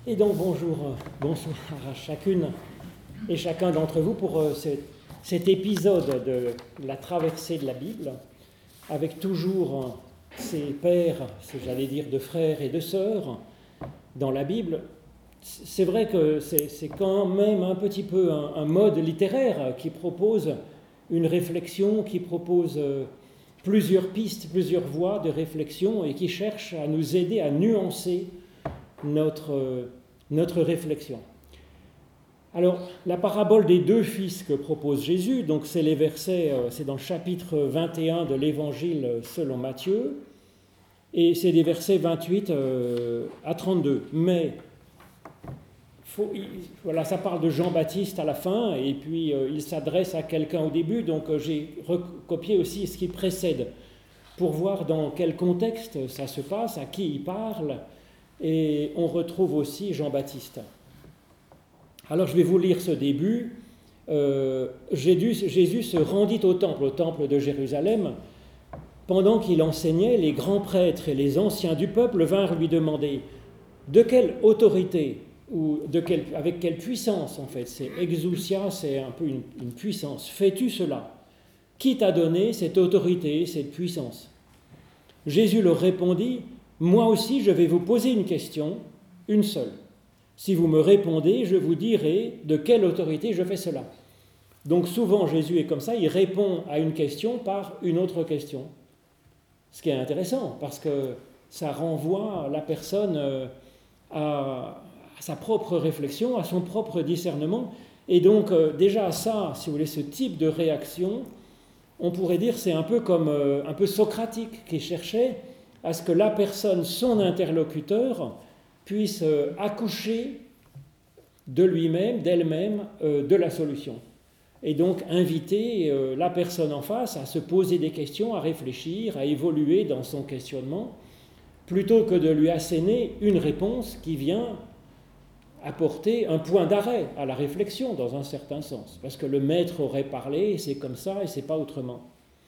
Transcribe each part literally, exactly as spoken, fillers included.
Et donc bonjour, bonsoir à chacune et chacun d'entre vous pour euh, cet, cet épisode de la traversée de la Bible, avec toujours euh, ces pères, ces, j'allais dire, de frères et de sœurs dans la Bible. C'est vrai que c'est, c'est quand même un petit peu un, un mode littéraire qui propose une réflexion, qui propose euh, plusieurs pistes, plusieurs voies de réflexion et qui cherche à nous aider à nuancer notre, notre réflexion. Alors, la parabole des deux fils que propose Jésus, donc c'est les versets, c'est dans le chapitre vingt et un de l'Évangile selon Matthieu, et c'est des versets vingt-huit à trente-deux. Mais, faut, voilà, ça parle de Jean-Baptiste à la fin, et puis euh, il s'adresse à quelqu'un au début, donc euh, j'ai recopié aussi ce qui précède, pour voir dans quel contexte ça se passe, à qui il parle. Et on retrouve aussi Jean-Baptiste. Alors je vais vous lire ce début. Euh, Jésus, Jésus se rendit au temple, au temple de Jérusalem. Pendant qu'il enseignait, les grands prêtres et les anciens du peuple vinrent lui demander de quelle autorité, ou de quelle, avec quelle puissance en fait, c'est exousia, c'est un peu une, une puissance, fais-tu cela? Qui t'a donné cette autorité, cette puissance? Jésus leur répondit, moi aussi, je vais vous poser une question, une seule. Si vous me répondez, je vous dirai de quelle autorité je fais cela. Donc souvent, Jésus est comme ça, il répond à une question par une autre question. Ce qui est intéressant, parce que ça renvoie la personne à, à sa propre réflexion, à son propre discernement. Et donc déjà ça, si vous voulez, ce type de réaction, on pourrait dire c'est un peu comme un peu socratique qui cherchait à ce que la personne, son interlocuteur, puisse euh, accoucher de lui-même, d'elle-même, euh, de la solution. Et donc inviter euh, la personne en face à se poser des questions, à réfléchir, à évoluer dans son questionnement, plutôt que de lui asséner une réponse qui vient apporter un point d'arrêt à la réflexion, dans un certain sens. Parce que le maître aurait parlé, c'est comme ça et c'est pas autrement.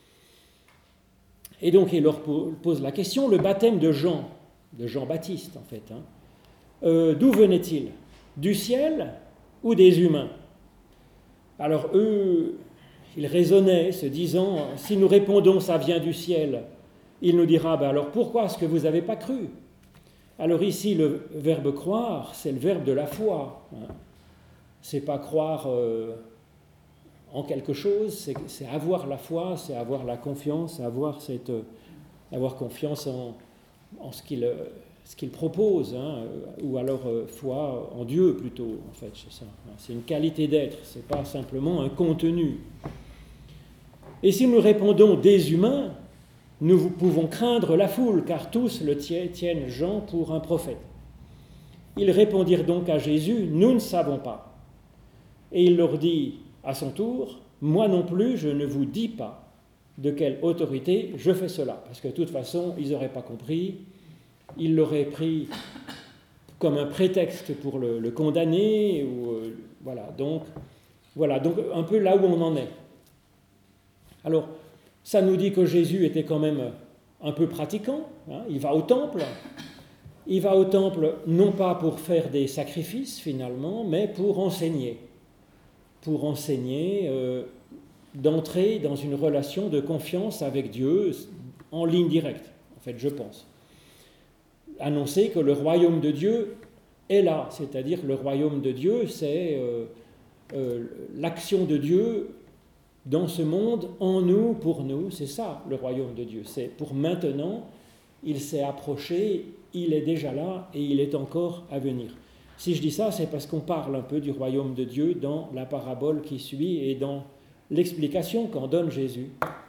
Et donc il leur pose la question, le baptême de Jean, de Jean-Baptiste en fait, hein, euh, d'où venait-il? Du ciel ou des humains? Alors eux, ils raisonnaient, se disant, si nous répondons ça vient du ciel, il nous dira, ben alors pourquoi est-ce que vous n'avez pas cru? Alors ici, le verbe croire, c'est le verbe de la foi. Hein. C'est pas croire euh, en quelque chose, c'est, c'est avoir la foi, c'est avoir la confiance, c'est avoir, cette, euh, avoir confiance en, en ce qu'il, euh, ce qu'il propose, hein, ou alors euh, foi en Dieu plutôt, en fait, c'est ça. C'est une qualité d'être, c'est pas simplement un contenu. Et si nous répondons des humains, nous pouvons craindre la foule, car tous le tiennent Jean pour un prophète. Ils répondirent donc à Jésus, nous ne savons pas. Et il leur dit à son tour, moi non plus, je ne vous dis pas de quelle autorité je fais cela. Parce que de toute façon, ils n'auraient pas compris, ils l'auraient pris comme un prétexte pour le, le condamner. Ou, euh, voilà, donc, voilà, donc un peu là où on en est. Alors, ça nous dit que Jésus était quand même un peu pratiquant, hein, il va au temple. Il va au temple non pas pour faire des sacrifices finalement, mais pour enseigner. Pour enseigner, euh, d'entrer dans une relation de confiance avec Dieu en ligne directe, en fait, je pense. Annoncer que le royaume de Dieu est là, c'est-à-dire le royaume de Dieu, c'est euh, euh, l'action de Dieu dans ce monde, en nous, pour nous, c'est ça le royaume de Dieu. C'est pour maintenant, il s'est approché, il est déjà là et il est encore à venir. Si je dis ça, c'est parce qu'on parle un peu du royaume de Dieu dans la parabole qui suit et dans l'explication qu'en donne Jésus.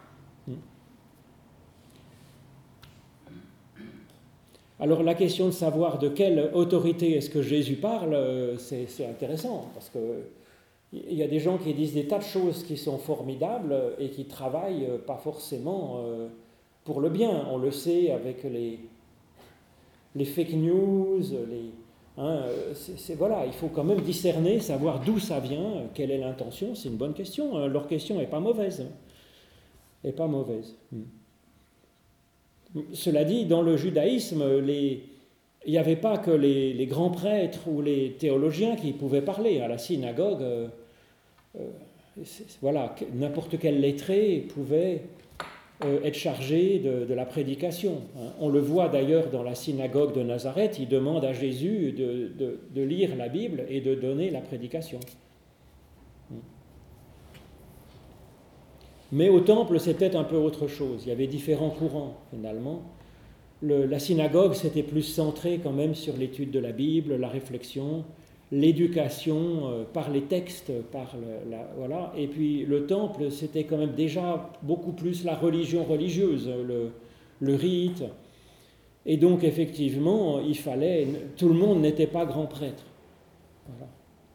Alors la question de savoir de quelle autorité est-ce que Jésus parle, c'est, c'est intéressant, parce qu'il y a des gens qui disent des tas de choses qui sont formidables et qui travaillent pas forcément pour le bien. On le sait avec les, les fake news, les... Hein, c'est, c'est, voilà, il faut quand même discerner, savoir d'où ça vient, quelle est l'intention, c'est une bonne question. Hein, leur question n'est pas mauvaise. Hein, est pas mauvaise. Hmm. Cela dit, dans le judaïsme, les, il n'y avait pas que les, les grands prêtres ou les théologiens qui pouvaient parler. À la synagogue, euh, euh, voilà, n'importe quel lettré pouvait euh, être chargé de, de la prédication. Hein. On le voit d'ailleurs dans la synagogue de Nazareth, il demande à Jésus de, de, de lire la Bible et de donner la prédication. Mais au temple, c'était un peu autre chose. Il y avait différents courants, finalement. Le, la synagogue, c'était plus centré quand même sur l'étude de la Bible, la réflexion, l'éducation euh, par les textes, par le, la, voilà. Et puis le temple, c'était quand même déjà beaucoup plus la religion religieuse, le, le rite. Et donc, effectivement, il fallait... Tout le monde n'était pas grand prêtre. Voilà.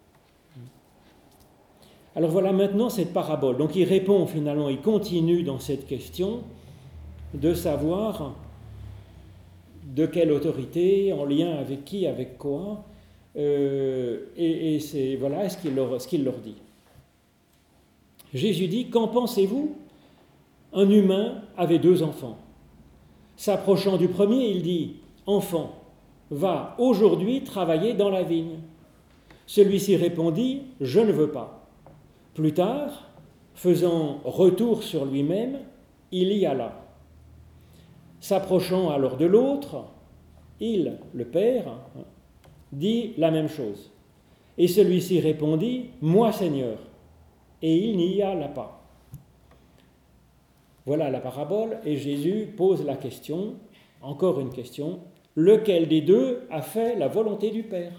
Alors voilà maintenant cette parabole. Donc il répond finalement, il continue dans cette question de savoir de quelle autorité, en lien avec qui, avec quoi, euh, et, et c'est voilà ce qu'il leur, ce qu'il leur dit. Jésus dit, qu'en pensez-vous? Un humain avait deux enfants. S'approchant du premier, il dit, enfant, va aujourd'hui travailler dans la vigne. Celui-ci répondit, je ne veux pas. Plus tard, faisant retour sur lui-même, il y alla. S'approchant alors de l'autre, il, le père, dit la même chose. Et celui-ci répondit, moi Seigneur, et il n'y alla pas. Voilà la parabole, et Jésus pose la question, encore une question, lequel des deux a fait la volonté du Père?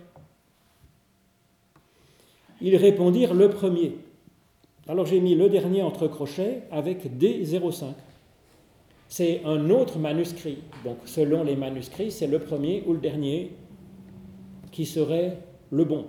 Ils répondirent le premier. Alors j'ai mis le dernier entre crochets avec D zéro cinq. C'est un autre manuscrit. Donc selon les manuscrits, c'est le premier ou le dernier qui serait le bon.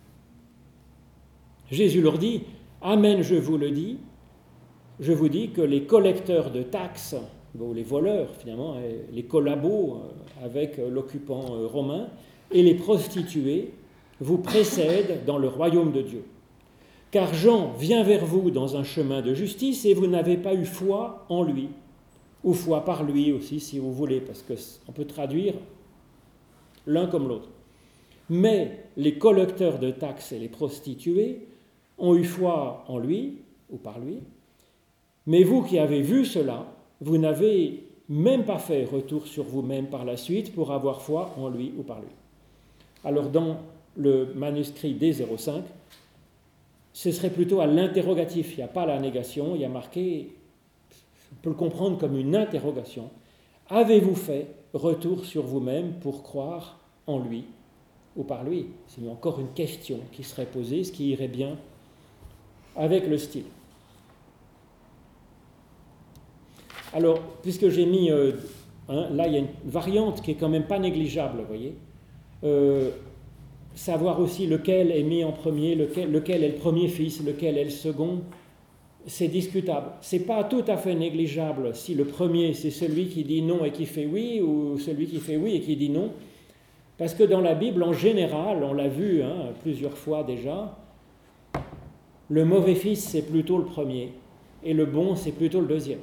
Jésus leur dit, amen, je vous le dis, je vous dis que les collecteurs de taxes, ou les voleurs finalement, les collabos avec l'occupant romain, et les prostituées vous précèdent dans le royaume de Dieu. Car Jean vient vers vous dans un chemin de justice et vous n'avez pas eu foi en lui, ou foi par lui aussi si vous voulez, parce qu'on peut traduire l'un comme l'autre. Mais les collecteurs de taxes et les prostituées ont eu foi en lui, ou par lui, mais vous qui avez vu cela, vous n'avez même pas fait retour sur vous-même par la suite pour avoir foi en lui ou par lui. Alors dans le manuscrit D zéro cinq, ce serait plutôt à l'interrogatif, il n'y a pas la négation, il y a marqué, on peut le comprendre comme une interrogation. Avez-vous fait retour sur vous-même pour croire en lui ou par lui? C'est encore une question qui serait posée, ce qui irait bien avec le style. Alors, puisque j'ai mis, euh, hein, là il y a une variante qui est quand même pas négligeable, vous voyez. Euh, savoir aussi lequel est mis en premier, lequel, lequel est le premier fils, lequel est le second, c'est discutable. C'est pas tout à fait négligeable si le premier c'est celui qui dit non et qui fait oui, ou celui qui fait oui et qui dit non, parce que dans la Bible en général, on l'a vu hein, plusieurs fois déjà, le mauvais fils c'est plutôt le premier et le bon c'est plutôt le deuxième.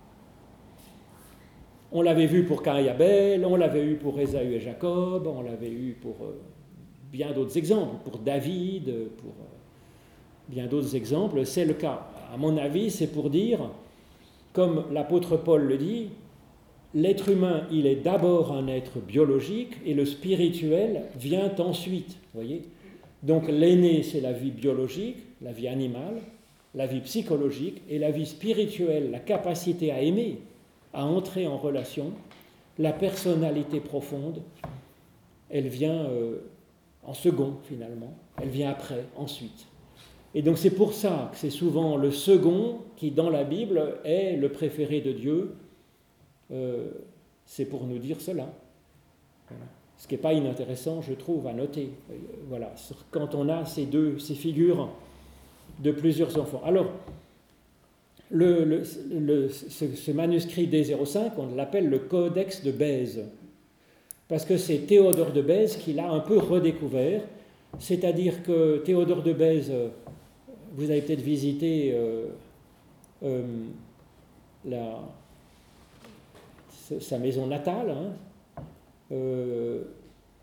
On l'avait vu pour Caïn et Abel, on l'avait eu pour Ésaü et Jacob, on l'avait eu pour euh, bien d'autres exemples, pour David, pour euh, bien d'autres exemples, c'est le cas. À mon avis, c'est pour dire, comme l'apôtre Paul le dit, l'être humain, il est d'abord un être biologique et le spirituel vient ensuite, voyez. Donc l'aîné, c'est la vie biologique, la vie animale, la vie psychologique et la vie spirituelle, la capacité à aimer, à entrer en relation, la personnalité profonde, elle vient euh, en second finalement, elle vient après, ensuite. Et donc c'est pour ça que c'est souvent le second qui dans la Bible est le préféré de Dieu, euh, c'est pour nous dire cela. Voilà. Ce qui n'est pas inintéressant, je trouve, à noter. Euh, voilà, quand on a ces deux, ces figures de plusieurs enfants. Alors, Le, le, le, ce, ce manuscrit D zéro cinq, on l'appelle le Codex de Bèze, parce que c'est Théodore de Bèze qui l'a un peu redécouvert, c'est-à-dire que Théodore de Bèze, vous avez peut-être visité euh, euh, la, sa maison natale, hein, euh,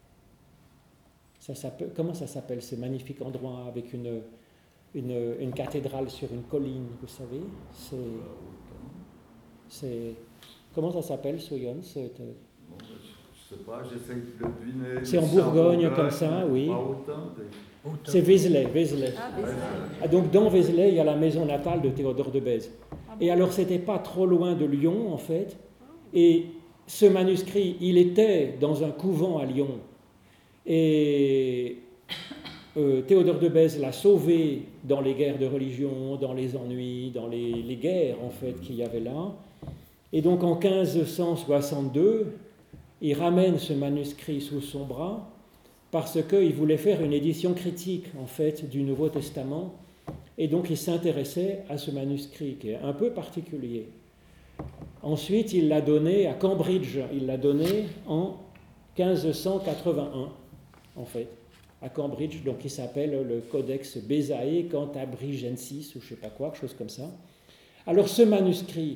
Ça s'appelle, comment ça s'appelle, ce magnifique endroit avec une, une, une cathédrale sur une colline, vous savez? C'est, c'est, comment ça s'appelle, Soyon? C'est, euh, je sais pas, j'essaie de deviner. C'est en Bourgogne, comme ça, oui. C'est Vézelay, Vézelay. Ah, Vézelay. Ah, donc dans Vézelay, il y a la maison natale de Théodore de Bèze. Ah bon? Et alors, c'était pas trop loin de Lyon, en fait. Et ce manuscrit, il était dans un couvent à Lyon. Et euh, Théodore de Bèze l'a sauvé dans les guerres de religion, dans les ennuis, dans les, les guerres, en fait, qu'il y avait là. Et donc, en quinze cent soixante-deux, il ramène ce manuscrit sous son bras parce qu'il voulait faire une édition critique, en fait, du Nouveau Testament. Et donc, il s'intéressait à ce manuscrit, qui est un peu particulier. Ensuite, il l'a donné à Cambridge. Il l'a donné en quinze cent quatre-vingt-un, en fait, à Cambridge. Donc, il s'appelle le Codex Bezae Cantabrigensis, ou je ne sais pas quoi, quelque chose comme ça. Alors, ce manuscrit,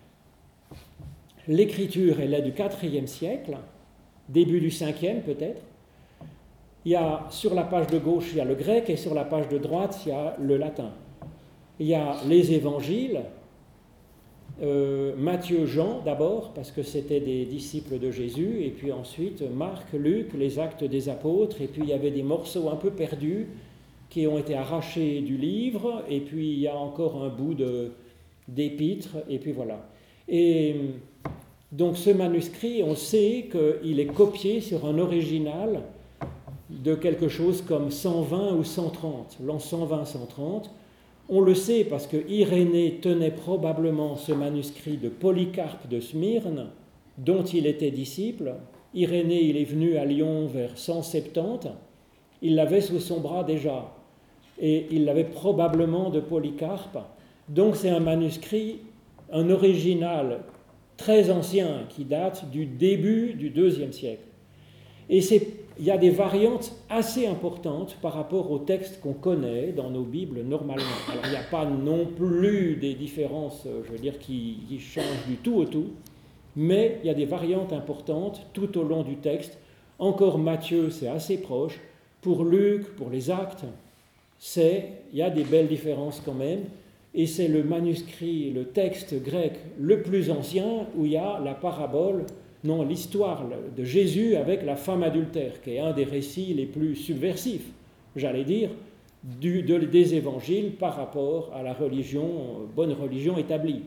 l'écriture, elle est du quatrième siècle, début du cinquième peut-être. Il y a, sur la page de gauche, il y a le grec, et sur la page de droite, il y a le latin. Il y a les évangiles, euh, Matthieu, Jean d'abord, parce que c'était des disciples de Jésus, et puis ensuite Marc, Luc, les actes des apôtres, et puis il y avait des morceaux un peu perdus qui ont été arrachés du livre, et puis il y a encore un bout de, d'épître, et puis voilà. Et donc ce manuscrit, on sait qu'il est copié sur un original de quelque chose comme cent vingt ou cent trente, l'an cent vingt cent trente. On le sait parce que Irénée tenait probablement ce manuscrit de Polycarpe de Smyrne, dont il était disciple. Irénée, il est venu à Lyon vers cent soixante-dix, il l'avait sous son bras déjà, et il l'avait probablement de Polycarpe. Donc c'est un manuscrit, un original très ancien qui date du début du deuxième siècle. Et c'est, il y a des variantes assez importantes par rapport aux textes qu'on connaît dans nos Bibles normalement. Alors il n'y a pas non plus des différences, je veux dire, qui, qui changent du tout au tout, mais il y a des variantes importantes tout au long du texte. Encore Matthieu, c'est assez proche. Pour Luc, pour les actes, c'est, il y a des belles différences quand même. Et c'est le manuscrit, le texte grec le plus ancien où il y a la parabole, non, l'histoire de Jésus avec la femme adultère, qui est un des récits les plus subversifs, j'allais dire, du, de, des évangiles par rapport à la religion, bonne religion établie.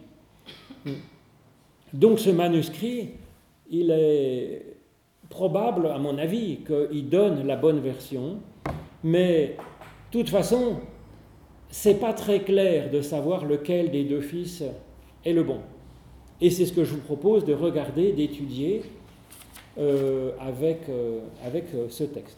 Donc ce manuscrit, il est probable, à mon avis, qu'il donne la bonne version, mais de toute façon, c'est pas très clair de savoir lequel des deux fils est le bon. Et c'est ce que je vous propose de regarder, d'étudier euh, avec, euh, avec euh, ce texte.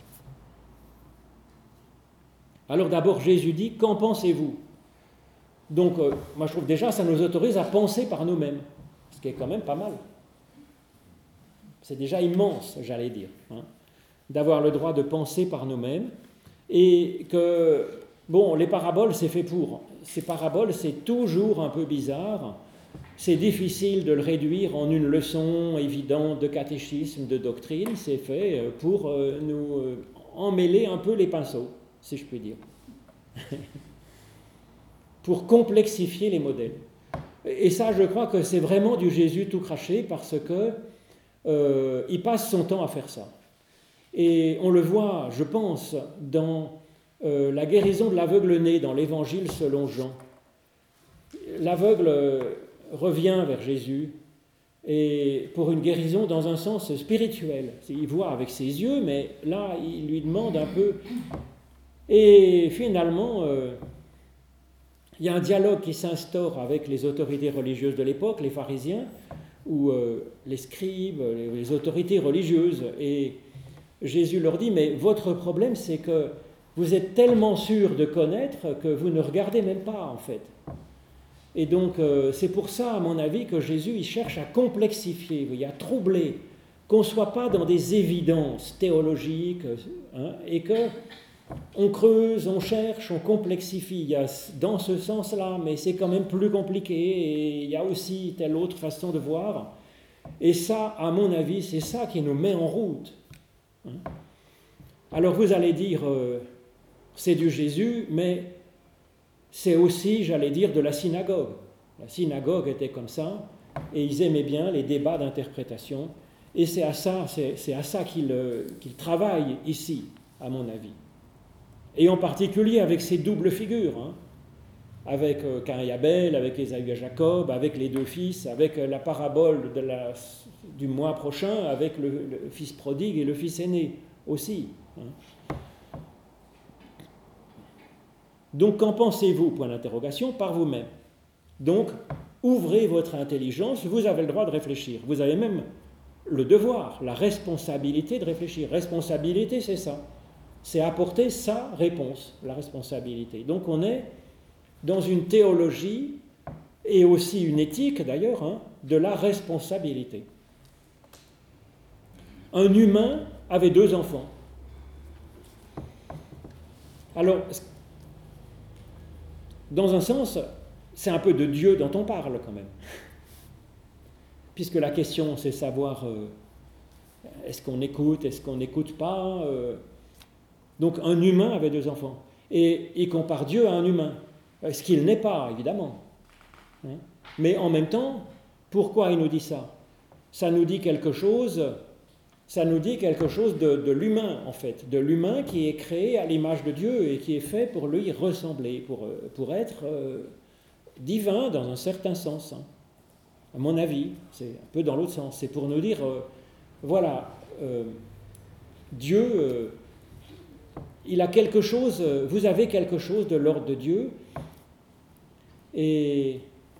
Alors d'abord, Jésus dit « Qu'en pensez-vous » Donc, euh, moi je trouve déjà, ça nous autorise à penser par nous-mêmes, ce qui est quand même pas mal. C'est déjà immense, j'allais dire, hein, d'avoir le droit de penser par nous-mêmes, et que, bon, les paraboles, c'est fait pour. Ces paraboles, c'est toujours un peu bizarre. C'est difficile de le réduire en une leçon évidente de catéchisme, de doctrine. C'est fait pour nous emmêler un peu les pinceaux, si je puis dire. Pour complexifier les modèles. Et ça, je crois que c'est vraiment du Jésus tout craché parce que euh, il passe son temps à faire ça. Et on le voit, je pense, dans euh, la guérison de l'aveugle-né dans l'Évangile selon Jean. L'aveugle revient vers Jésus et pour une guérison dans un sens spirituel. Il voit avec ses yeux, mais là, il lui demande un peu. Et finalement, euh, il y a un dialogue qui s'instaure avec les autorités religieuses de l'époque, les pharisiens, ou euh, les scribes, les, les autorités religieuses. Et Jésus leur dit, mais votre problème, c'est que vous êtes tellement sûrs de connaître que vous ne regardez même pas, en fait. Et donc, euh, c'est pour ça, à mon avis, que Jésus il cherche à complexifier, à troubler, qu'on ne soit pas dans des évidences théologiques, hein, et qu'on creuse, on cherche, on complexifie. Il y a dans ce sens-là, mais c'est quand même plus compliqué, et il y a aussi telle autre façon de voir. Et ça, à mon avis, c'est ça qui nous met en route. Hein. Alors vous allez dire, euh, c'est du Jésus, mais c'est aussi, j'allais dire, de la synagogue. La synagogue était comme ça, et ils aimaient bien les débats d'interprétation, et c'est à ça, c'est, c'est à ça qu'ils, euh, qu'ils travaillent ici, à mon avis. Et en particulier avec ces doubles figures, hein, avec euh, Caïn et Abel, avec Ésaü et Jacob, avec les deux fils, avec euh, la parabole de la, du mois prochain, avec le, le fils prodigue et le fils aîné aussi. Hein. Donc, qu'en pensez-vous, point d'interrogation, par vous-même? Donc, ouvrez votre intelligence, vous avez le droit de réfléchir. Vous avez même le devoir, la responsabilité de réfléchir. Responsabilité, c'est ça. C'est apporter sa réponse, la responsabilité. Donc, on est dans une théologie, et aussi une éthique d'ailleurs, hein, de la responsabilité. Un humain avait deux enfants. Alors, dans un sens, c'est un peu de Dieu dont on parle quand même. Puisque la question, c'est savoir, euh, est-ce qu'on écoute, est-ce qu'on n'écoute pas euh, Donc un humain avait deux enfants. Et il compare Dieu à un humain. Ce qu'il n'est pas, évidemment. Hein. Mais en même temps, pourquoi il nous dit ça? Ça nous dit quelque chose, ça nous dit quelque chose de, de l'humain, en fait. De l'humain qui est créé à l'image de Dieu et qui est fait pour lui ressembler, pour, pour être euh, divin dans un certain sens. Hein. À mon avis, c'est un peu dans l'autre sens. C'est pour nous dire, euh, voilà, euh, Dieu, euh, il a quelque chose, vous avez quelque chose de l'ordre de Dieu. Et,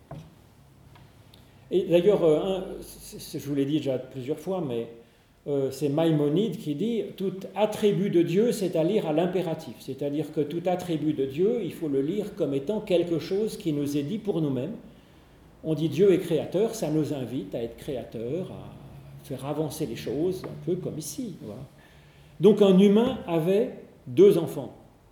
et d'ailleurs, euh, un, je vous l'ai dit déjà plusieurs fois, mais euh, c'est Maïmonide qui dit « Tout attribut de Dieu, c'est à lire à l'impératif ». C'est-à-dire que tout attribut de Dieu, il faut le lire comme étant quelque chose qui nous est dit pour nous-mêmes. On dit Dieu est créateur, ça nous invite à être créateur, à faire avancer les choses, un peu comme ici. Voilà. Donc un humain avait deux enfants.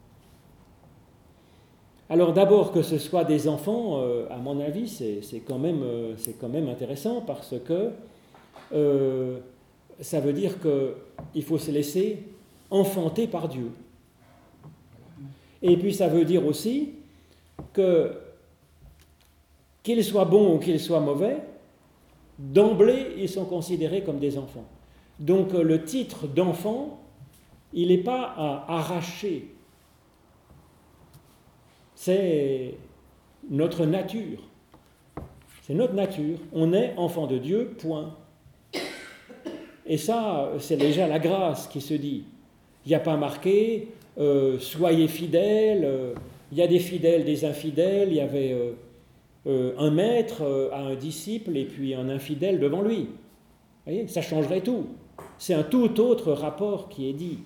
Alors d'abord que ce soit des enfants, euh, à mon avis, c'est, c'est, quand même, euh, c'est quand même intéressant parce que euh, ça veut dire qu'il faut se laisser enfanter par Dieu. Et puis ça veut dire aussi que qu'ils soient bons ou qu'ils soient mauvais, d'emblée, ils sont considérés comme des enfants. Donc le titre d'enfant, il n'est pas à arracher. C'est notre nature. C'est notre nature. On est enfant de Dieu, point. Et ça, c'est déjà la grâce qui se dit. Il n'y a pas marqué euh, « soyez fidèles euh, ». Il y a des fidèles, des infidèles. Il y avait euh, euh, un maître euh, à un disciple et puis un infidèle devant lui. Vous voyez, ça changerait tout. C'est un tout autre rapport qui est dit.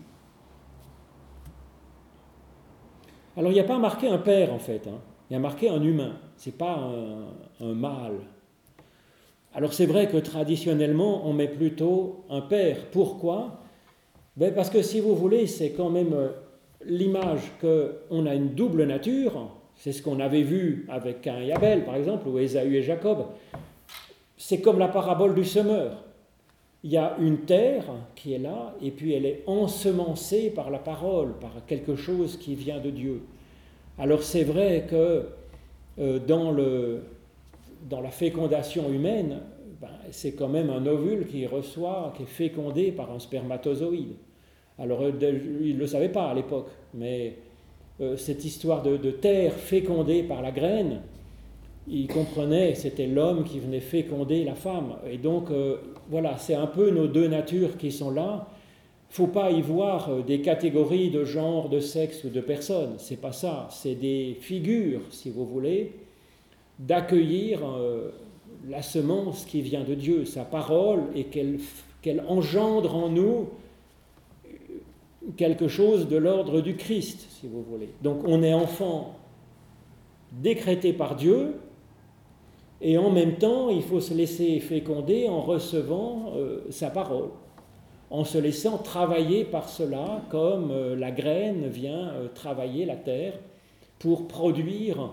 Alors, il n'y a pas marqué un père, en fait. Hein. Il y a marqué un humain. Ce n'est pas un, un mâle. Alors, c'est vrai que traditionnellement, on met plutôt un père. Pourquoi? Ben parce que, si vous voulez, c'est quand même l'image qu'on a une double nature. C'est ce qu'on avait vu avec Caïn et Abel, par exemple, ou Ésaü et Jacob. C'est comme la parabole du semeur. Il y a une terre qui est là, et puis elle est ensemencée par la parole, par quelque chose qui vient de Dieu. Alors c'est vrai que euh, dans, le, dans la fécondation humaine, ben, c'est quand même un ovule qui reçoit, qui est fécondé par un spermatozoïde. Alors ils ne le savaient pas à l'époque, mais euh, cette histoire de, de terre fécondée par la graine, ils comprenaient que c'était l'homme qui venait féconder la femme. Et donc, euh, voilà, c'est un peu nos deux natures qui sont là. Il ne faut pas y voir des catégories de genre, de sexe ou de personnes. Ce n'est pas ça. C'est des figures, si vous voulez, d'accueillir euh, la semence qui vient de Dieu, sa parole, et qu'elle, qu'elle engendre en nous quelque chose de l'ordre du Christ, si vous voulez. Donc, on est enfant décrété par Dieu, et en même temps, il faut se laisser féconder en recevant euh, sa parole, en se laissant travailler par cela, comme euh, la graine vient euh, travailler la terre pour produire,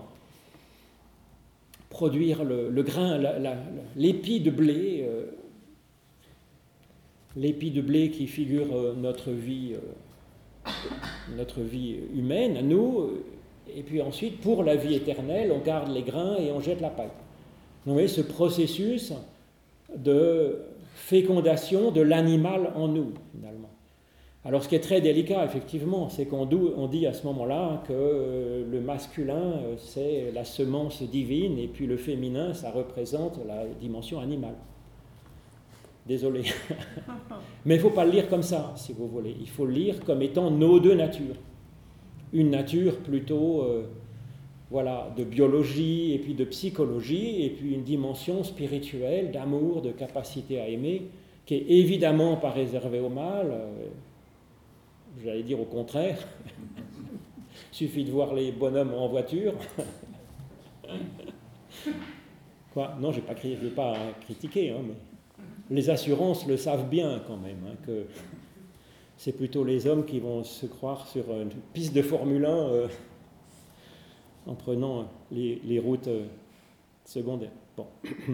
produire le, le grain, la, la, l'épi de blé, euh, l'épi de blé qui figure euh, notre vie euh, notre vie humaine, à nous, et puis ensuite, pour la vie éternelle, on garde les grains et on jette la paille. Donc, vous voyez, ce processus de fécondation de l'animal en nous, finalement. Alors, ce qui est très délicat, effectivement, c'est qu'on dit à ce moment-là que le masculin, c'est la semence divine, et puis le féminin, ça représente la dimension animale. Désolé. Mais il ne faut pas le lire comme ça, si vous voulez. Il faut le lire comme étant nos deux natures. Une nature plutôt euh, voilà, de biologie et puis de psychologie, et puis une dimension spirituelle, d'amour, de capacité à aimer, qui est évidemment pas réservée au mâle. Euh, j'allais dire au contraire. Il suffit de voir les bonhommes en voiture. Quoi ? Non, je n'ai pas, pas critiqué, hein, mais... Les assurances le savent bien quand même, hein, que c'est plutôt les hommes qui vont se croire sur une piste de Formule un euh, en prenant les, les routes euh, secondaires. Bon.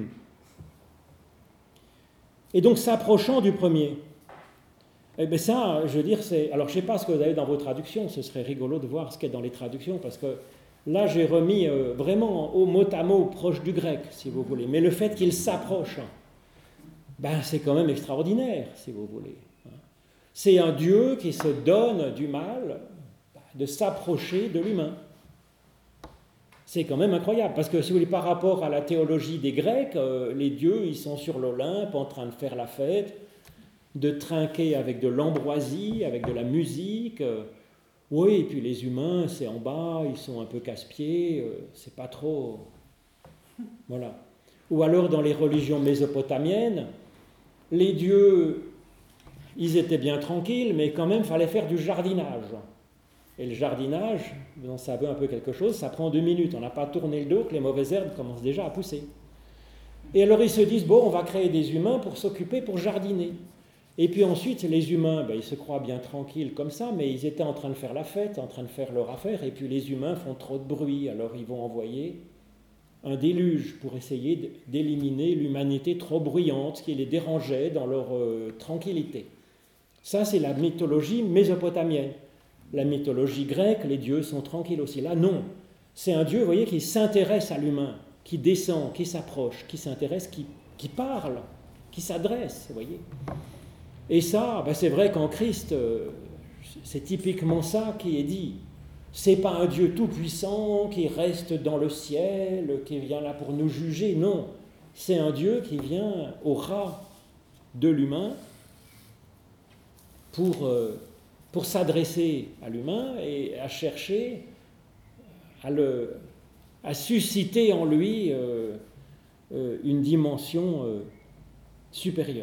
Et donc s'approchant du premier. Eh bien ça, je veux dire, c'est... Alors je ne sais pas ce que vous avez dans vos traductions, ce serait rigolo de voir ce qu'il y a dans les traductions, parce que là j'ai remis euh, vraiment au mot à mot proche du grec, si vous voulez. Mais le fait qu'il s'approche... Ben, c'est quand même extraordinaire, si vous voulez. C'est un Dieu qui se donne du mal de s'approcher de l'humain. C'est quand même incroyable, parce que si vous voulez, par rapport à la théologie des Grecs, euh, les dieux, ils sont sur l'Olympe en train de faire la fête, de trinquer avec de l'ambroisie, avec de la musique. Euh, oui, et puis les humains, c'est en bas, ils sont un peu casse-pieds, euh, c'est pas trop... Voilà. Ou alors dans les religions mésopotamiennes, les dieux, ils étaient bien tranquilles, mais quand même, il fallait faire du jardinage. Et le jardinage, vous en savez un peu quelque chose, ça prend deux minutes. On n'a pas tourné le dos que les mauvaises herbes commencent déjà à pousser. Et alors ils se disent, bon, on va créer des humains pour s'occuper, pour jardiner. Et puis ensuite, les humains, ben, ils se croient bien tranquilles comme ça, mais ils étaient en train de faire la fête, en train de faire leur affaire, et puis les humains font trop de bruit, alors ils vont envoyer un déluge pour essayer d'éliminer l'humanité trop bruyante qui les dérangeait dans leur euh, tranquillité. Ça, c'est la mythologie mésopotamienne. La mythologie grecque, les dieux sont tranquilles aussi. Là, non. C'est un Dieu, vous voyez, qui s'intéresse à l'humain, qui descend, qui s'approche, qui s'intéresse, qui, qui parle, qui s'adresse, vous voyez. Et ça, ben c'est vrai qu'en Christ, euh, c'est typiquement ça qui est dit. C'est pas un Dieu tout-puissant qui reste dans le ciel, qui vient là pour nous juger, non. C'est un Dieu qui vient au ras de l'humain pour, euh, pour s'adresser à l'humain et à chercher à, le, à susciter en lui euh, euh, une dimension euh, supérieure.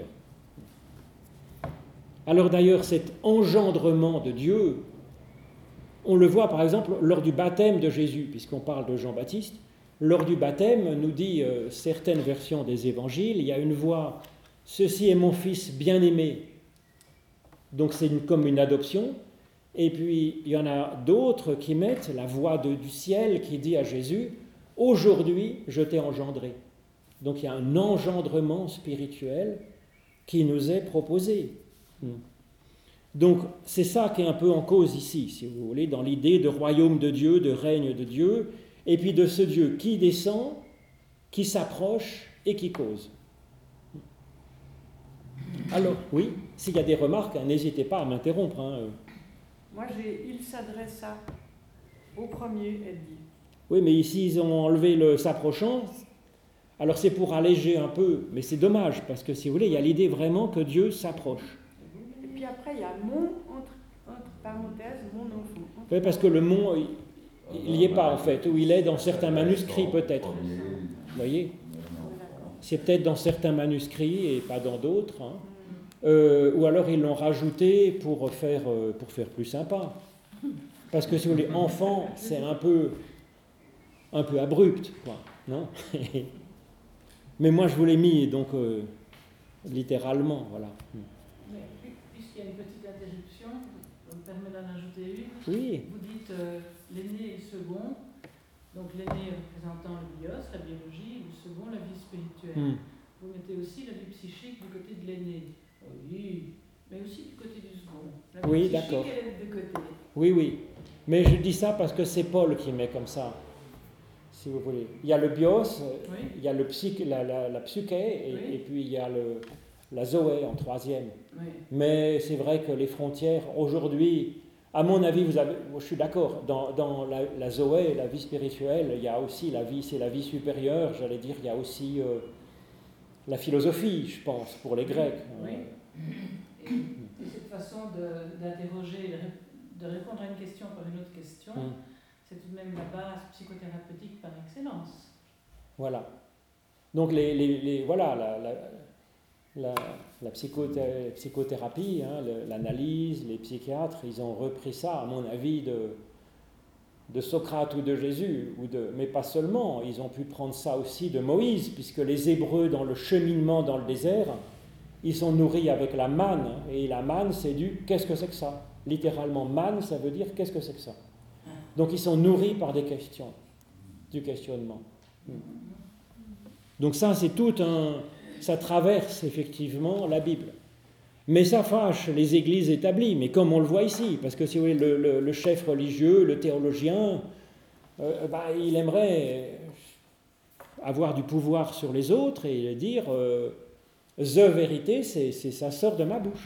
Alors d'ailleurs, cet engendrement de Dieu, on le voit par exemple lors du baptême de Jésus, puisqu'on parle de Jean-Baptiste. Lors du baptême, nous dit euh, certaines versions des évangiles, il y a une voix « Ceci est mon fils bien-aimé ». Donc c'est une, comme une adoption. Et puis il y en a d'autres qui mettent la voix de, du ciel qui dit à Jésus « Aujourd'hui, je t'ai engendré ». Donc il y a un engendrement spirituel qui nous est proposé. Donc c'est ça qui est un peu en cause ici, si vous voulez, dans l'idée de royaume de Dieu, de règne de Dieu, et puis de ce Dieu qui descend, qui s'approche et qui cause. Alors, oui, s'il y a des remarques, hein, n'hésitez pas à m'interrompre. Hein. Moi, j'ai « il s'adressa au premier », elle dit. Oui, mais ici, ils ont enlevé le « s'approchant ». Alors c'est pour alléger un peu, mais c'est dommage, parce que si vous voulez, il y a l'idée vraiment que Dieu s'approche. Et puis après, il y a « mon » entre, entre parenthèses, « mon enfant ». Oui, parce que le mot, il n'y est pas en fait, ou il est dans certains manuscrits peut-être. Vous voyez ? C'est peut-être dans certains manuscrits et pas dans d'autres. Hein. Euh, ou alors ils l'ont rajouté pour faire, euh, pour faire plus sympa. Parce que si vous voulez, enfant, c'est un peu, un peu abrupt, quoi, non ? Mais moi je vous l'ai mis donc euh, littéralement, voilà. Mais, puisqu'il y a une petite interruption, on me permet d'en ajouter une. Oui. Vous dites euh, l'aîné et le second, donc l'aîné représentant le bios, la biologie, et le second la vie spirituelle. Mm. Vous mettez aussi la vie psychique du côté de l'aîné. Oui, Mais aussi du côté du second. La Oui, psychique, d'accord. elle est de côté. Oui, oui. Mais je dis ça parce que c'est Paul qui met comme ça, si vous voulez. Il y a le bios, Oui. il y a le psych, la, la, la psyché, et, Oui. et puis il y a le, la zoé en troisième. Oui. Mais c'est vrai que les frontières, aujourd'hui, à mon avis, vous avez, moi, je suis d'accord, dans, dans la, la zoé, la vie spirituelle, il y a aussi la vie, c'est la vie supérieure, j'allais dire, il y a aussi euh, la philosophie, je pense, pour les Grecs. Oui. Euh, Et, et cette façon de- d'interroger, de, ré- de répondre à une question par une autre question, hum, c'est tout de même la base psychothérapeutique par excellence. Voilà. Donc, les, les, les- voilà, la, la, la, la psychothé- psychothérapie, hein, le- l'analyse, les psychiatres, ils ont repris ça, à mon avis, de, de Socrate ou de Jésus, ou de, mais pas seulement, ils ont pu prendre ça aussi de Moïse, puisque les Hébreux, dans le cheminement dans le désert, ils sont nourris avec la manne, et la manne, c'est du « qu'est-ce que c'est que ça ?» Littéralement, manne, ça veut dire « qu'est-ce que c'est que ça ?» Donc ils sont nourris par des questions, du questionnement. Donc ça, c'est tout un... ça traverse effectivement la Bible. Mais ça fâche les églises établies, mais comme on le voit ici, parce que si vous voulez, le, le, le chef religieux, le théologien, euh, bah, il aimerait avoir du pouvoir sur les autres et dire euh, « the vérité, c'est, c'est, ça sort de ma bouche ».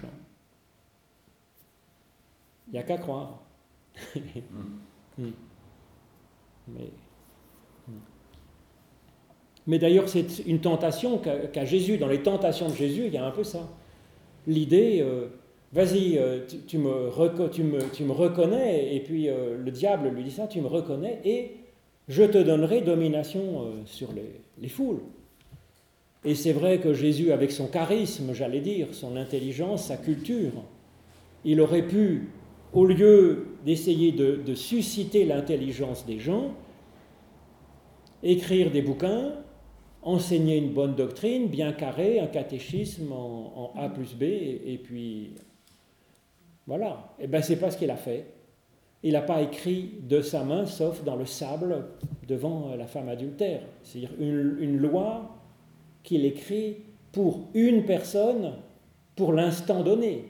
Il n'y a qu'à croire. Mm. Mais, mm. Mais d'ailleurs, c'est une tentation qu'a, qu'a Jésus. Dans les tentations de Jésus, il y a un peu ça. L'idée, euh, vas-y, euh, tu, tu, me reco- tu, me, tu me reconnais, et puis euh, le diable lui dit ça, tu me reconnais, et je te donnerai domination euh, sur les, les foules. Et c'est vrai que Jésus, avec son charisme, j'allais dire, son intelligence, sa culture, il aurait pu, au lieu d'essayer de, de susciter l'intelligence des gens, écrire des bouquins, enseigner une bonne doctrine, bien carrée, un catéchisme en, en A plus B, et, et puis voilà. Et bien c'est pas ce qu'il a fait. Il n'a pas écrit de sa main, sauf dans le sable, devant la femme adultère. C'est-à-dire une, une loi qu'il écrit pour une personne, pour l'instant donné.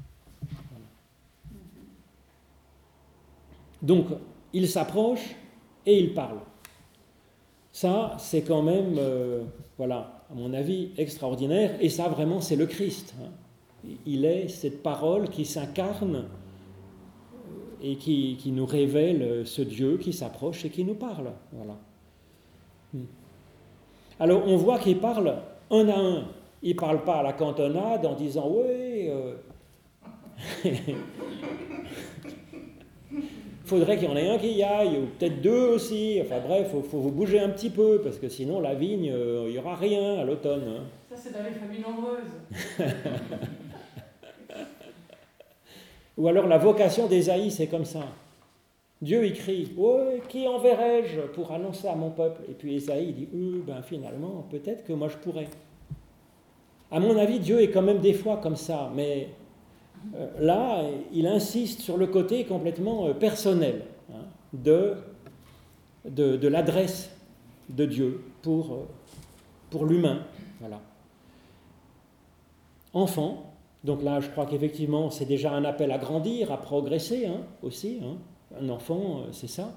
Donc, il s'approche et il parle. Ça, c'est quand même, euh, voilà, à mon avis, extraordinaire. Et ça, vraiment, c'est le Christ. Hein. Il est cette parole qui s'incarne et qui, qui nous révèle ce Dieu qui s'approche et qui nous parle. Voilà. Alors, on voit qu'il parle un à un. Il ne parle pas à la cantonade en disant « Oui, euh... faudrait qu'il y en ait un qui y aille, ou peut-être deux aussi. Enfin bref, il faut, faut vous bouger un petit peu, parce que sinon la vigne, il euh, n'y aura rien à l'automne. Hein. » Ça, c'est dans les familles nombreuses. Ou alors la vocation d'Ésaïe, c'est comme ça. Dieu il crie, oh, qui enverrai-je pour annoncer à mon peuple? Et puis Ésaïe dit, euh, ben finalement, peut-être que moi je pourrais. À mon avis, Dieu est quand même des fois comme ça, mais euh, là, il insiste sur le côté complètement euh, personnel hein, de, de, de l'adresse de Dieu pour, euh, pour l'humain. Voilà. Enfant, donc là, je crois qu'effectivement, c'est déjà un appel à grandir, à progresser hein, aussi. Hein. Un enfant, c'est ça.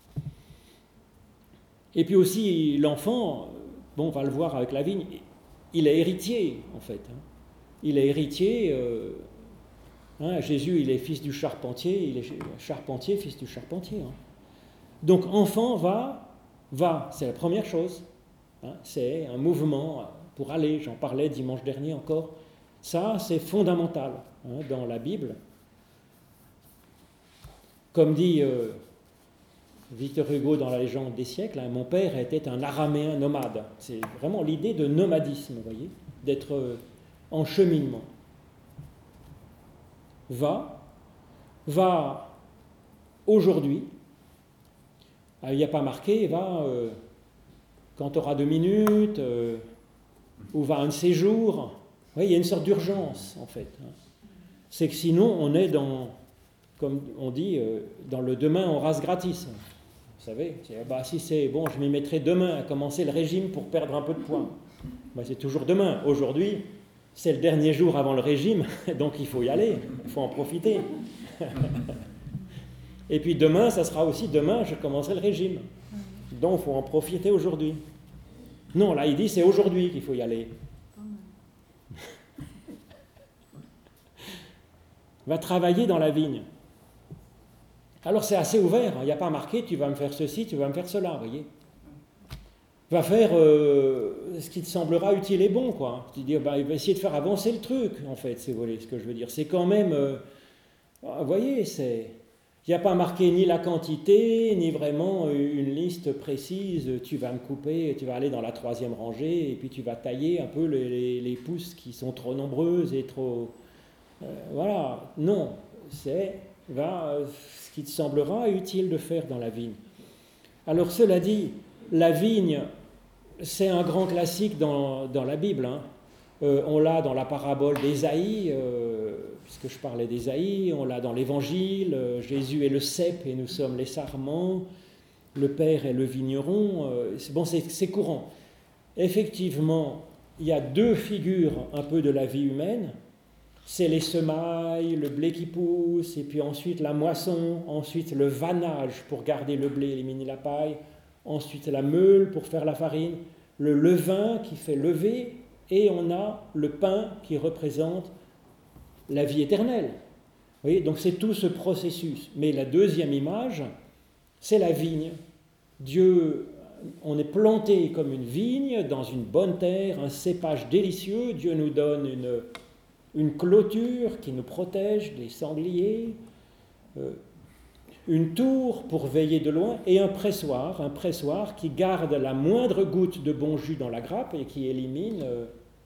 Et puis aussi, l'enfant, bon, on va le voir avec la vigne, il est héritier, en fait. Hein. Il est héritier. Euh, hein, Jésus, il est fils du charpentier, il est charpentier, fils du charpentier. Hein. Donc, enfant va, va, c'est la première chose. Hein, c'est un mouvement pour aller, j'en parlais dimanche dernier encore. Ça, c'est fondamental hein, dans la Bible. Comme dit euh, Victor Hugo dans La légende des siècles, hein, mon père était un araméen nomade. C'est vraiment l'idée de nomadisme, vous voyez, d'être euh, en cheminement. Va, va aujourd'hui, il n'y a pas marqué, va euh, quand tu auras deux minutes, euh, ou va un séjour. Oui, il y a une sorte d'urgence, en fait. Hein. C'est que sinon, on est dans, comme on dit, euh, dans le demain, on rase gratis. Vous savez, c'est, bah, si c'est bon, je m'y mettrai demain à commencer le régime pour perdre un peu de poids. Bah, c'est toujours demain. Aujourd'hui, c'est le dernier jour avant le régime, donc il faut y aller, il faut en profiter. Et puis demain, ça sera aussi demain, je commencerai le régime. Donc il faut en profiter aujourd'hui. Non, là il dit c'est aujourd'hui qu'il faut y aller. Va travailler dans la vigne. Alors c'est assez ouvert, il n'y a pas marqué tu vas me faire ceci, tu vas me faire cela, vous voyez. Va faire euh, ce qui te semblera utile et bon, quoi. Tu dis, bah, il va essayer de faire avancer le truc, en fait, si vous voulez, ce que je veux dire. C'est quand même, euh, vous voyez, c'est, il n'y a pas marqué ni la quantité, ni vraiment une liste précise. Tu vas me couper, tu vas aller dans la troisième rangée, et puis tu vas tailler un peu les, les, les pousses qui sont trop nombreuses et trop, euh, voilà. Non, c'est va ce qui te semblera utile de faire dans la vigne. Alors cela dit, la vigne, c'est un grand classique dans, dans la Bible. Hein. Euh, on l'a dans la parabole d'Ésaïe, euh, puisque je parlais d'Ésaïe, on l'a dans l'Évangile, euh, Jésus est le cep et nous sommes les sarments, le Père est le vigneron. Euh, c'est, bon, c'est, c'est courant. Effectivement, il y a deux figures un peu de la vie humaine. C'est les semailles, le blé qui pousse, et puis ensuite la moisson, ensuite le vannage pour garder le blé, éliminer la paille, ensuite la meule pour faire la farine, le levain qui fait lever, et on a le pain qui représente la vie éternelle. Vous voyez, donc c'est tout ce processus. Mais la deuxième image, c'est la vigne. Dieu, on est planté comme une vigne dans une bonne terre, un cépage délicieux. Dieu nous donne une, une clôture qui nous protège des sangliers, euh, une tour pour veiller de loin et un pressoir, un pressoir qui garde la moindre goutte de bon jus dans la grappe et qui élimine euh,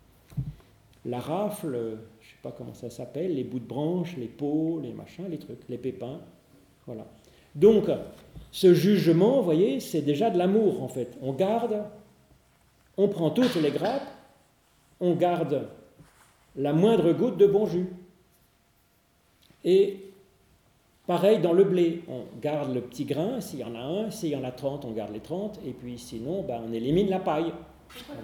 la rafle, je ne sais pas comment ça s'appelle, les bouts de branches, les peaux, les machins, les trucs, les pépins. Voilà. Donc, ce jugement, vous voyez, c'est déjà de l'amour en fait. On garde, on prend toutes les grappes, on garde la moindre goutte de bon jus. Et pareil dans le blé, on garde le petit grain, s'il y en a un, s'il y en a trente, on garde les trente, et puis sinon, ben, on élimine la paille. Voilà.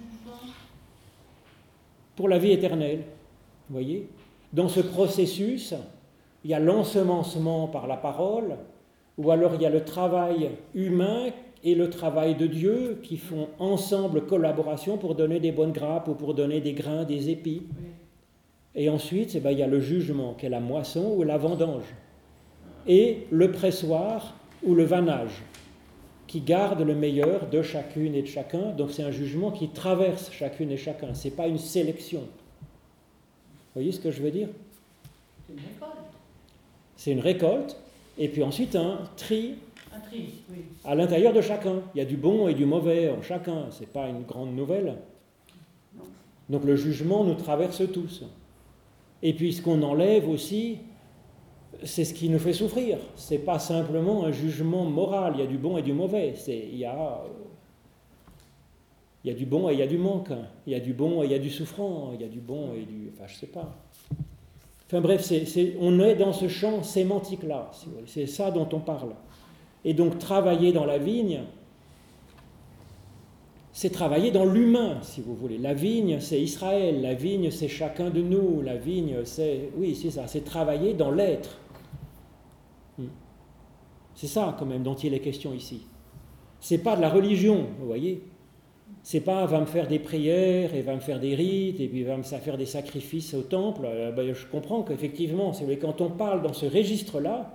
Pour la vie éternelle, vous voyez. Dans ce processus, il y a l'ensemencement par la parole, ou alors il y a le travail humain et le travail de Dieu qui font ensemble collaboration pour donner des bonnes grappes ou pour donner des grains, des épis. Et ensuite, eh ben, il y a le jugement, qui est la moisson ou la vendange. Et le pressoir ou le vannage, qui garde le meilleur de chacune et de chacun. Donc c'est un jugement qui traverse chacune et chacun. Ce n'est pas une sélection. Vous voyez ce que je veux dire ? C'est une récolte. C'est une récolte, et puis ensuite un tri, un tri oui. À l'intérieur de chacun. Il y a du bon et du mauvais en chacun. Ce n'est pas une grande nouvelle. Non. Donc le jugement nous traverse tous. Et puis ce qu'on enlève aussi, c'est ce qui nous fait souffrir. Ce n'est pas simplement un jugement moral. Il y a du bon et du mauvais. C'est, il, y a, il y a du bon et il y a du manque. Il y a du bon et il y a du souffrant. Il y a du bon et du... Enfin, je ne sais pas. Enfin bref, c'est, c'est, on est dans ce champ sémantique-là. Si vous voulez. C'est ça dont on parle. Et donc travailler dans la vigne, c'est travailler dans l'humain, si vous voulez. La vigne, c'est Israël. La vigne, c'est chacun de nous. La vigne, c'est... Oui, c'est ça. C'est travailler dans l'être. C'est ça, quand même, dont il est question ici. C'est pas de la religion, vous voyez. C'est pas va me faire des prières et va me faire des rites et puis va me faire des sacrifices au temple. Ben, je comprends qu'effectivement, c'est, quand on parle dans ce registre-là,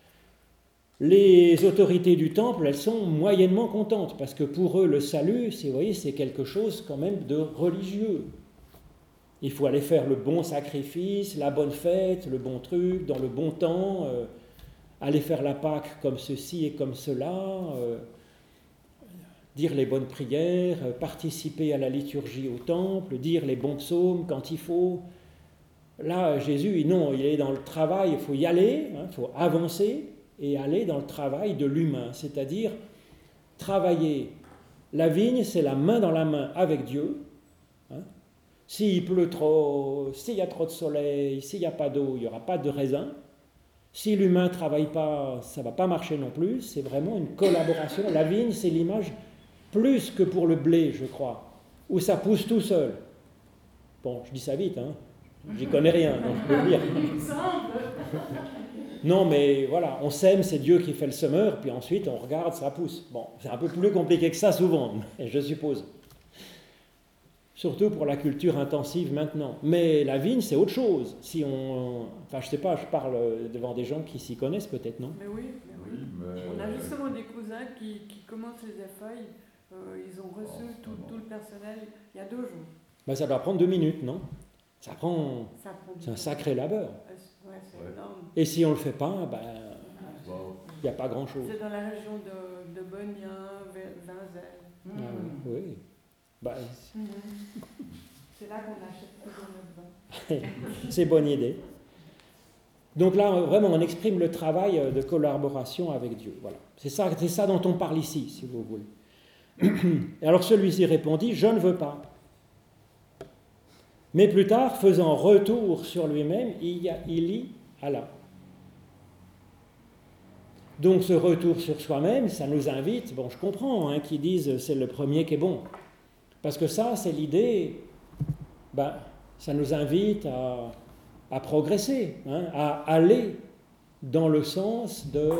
les autorités du temple, elles sont moyennement contentes parce que pour eux, le salut, c'est, vous voyez, c'est quelque chose quand même de religieux. Il faut aller faire le bon sacrifice, la bonne fête, le bon truc, dans le bon temps. Euh, aller faire la Pâque comme ceci et comme cela, euh, dire les bonnes prières, euh, participer à la liturgie au temple, dire les bons psaumes quand il faut. Là, Jésus, non, il est dans le travail, il faut y aller, il hein, faut avancer et aller dans le travail de l'humain, c'est-à-dire travailler. La vigne, c'est la main dans la main avec Dieu. Hein. S'il pleut trop, s'il y a trop de soleil, s'il n'y a pas d'eau, il n'y aura pas de raisin. Si l'humain ne travaille pas, ça ne va pas marcher non plus. C'est vraiment une collaboration. La vigne, c'est l'image plus que pour le blé, je crois, où ça pousse tout seul. Bon, je dis ça vite, hein. J'y connais rien, donc je peux le dire. Exemple. Non, mais voilà, on sème, c'est Dieu qui fait le semeur, puis ensuite on regarde, ça pousse. Bon, c'est un peu plus compliqué que ça souvent, je suppose. Surtout pour la culture intensive maintenant. Mais la vigne, c'est autre chose. Si on, enfin, je sais pas, je parle devant des gens qui s'y connaissent peut-être, non? Mais oui, mais oui. Oui, mais... On a justement des cousins qui, qui commencent les effeuilles. Euh, ils ont reçu Oh, tout, non. tout le personnel il y a deux jours. Ben, ça doit prendre deux minutes, non? Ça prend... Ça prend du C'est un temps. sacré labeur. Ouais, c'est ouais, c'est Ouais. énorme. Et si on le fait pas, ben, Wow. il n'y a pas grand-chose. C'est dans la région de, de Bonien, Vinzel. Mmh. Ah, oui. Ben, C'est là qu'on achète toujours notre vin. c'est bonne idée. Donc là, vraiment, on exprime le travail de collaboration avec Dieu. Voilà. C'est ça, c'est ça dont on parle ici, si vous voulez. Et alors celui-ci répondit, je ne veux pas. Mais plus tard, faisant retour sur lui-même, il y, a, il y alla. Donc ce retour sur soi-même, ça nous invite, bon je comprends, hein, qu'ils disent c'est le premier qui est bon. Parce que ça, c'est l'idée, ben, ça nous invite à, à progresser, hein, à aller dans le sens de,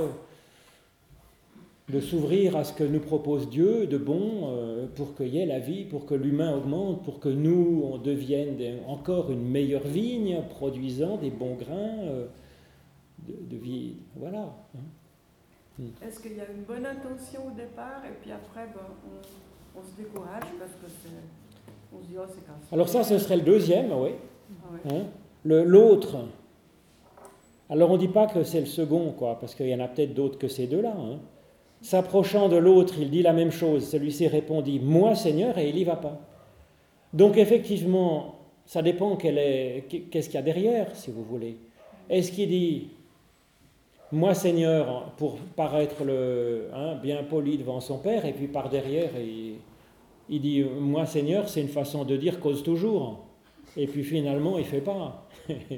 de s'ouvrir à ce que nous propose Dieu de bon euh, pour qu'il y ait la vie, pour que l'humain augmente, pour que nous, on devienne des, encore une meilleure vigne, produisant des bons grains euh, de, de vie. Voilà. Hein. Est-ce qu'il y a une bonne intention au départ et puis après ben, on, on se décourage parce que c'est, on se dit oh c'est grave. Alors ça, ce serait le deuxième, oui. Ah ouais. Hein. Le, l'autre, alors on ne dit pas que c'est le second, quoi, parce qu'il y en a peut-être d'autres que ces deux-là. Hein. S'approchant de l'autre, il dit la même chose. Celui-ci répondit, moi Seigneur, et il n'y va pas. Donc effectivement, ça dépend quel est, qu'est-ce qu'il y a derrière, si vous voulez. Est-ce qu'il dit, moi Seigneur, pour paraître le, hein, bien poli devant son Père, et puis par derrière, il, il dit, moi Seigneur, c'est une façon de dire cause toujours. Et puis finalement, il ne fait pas.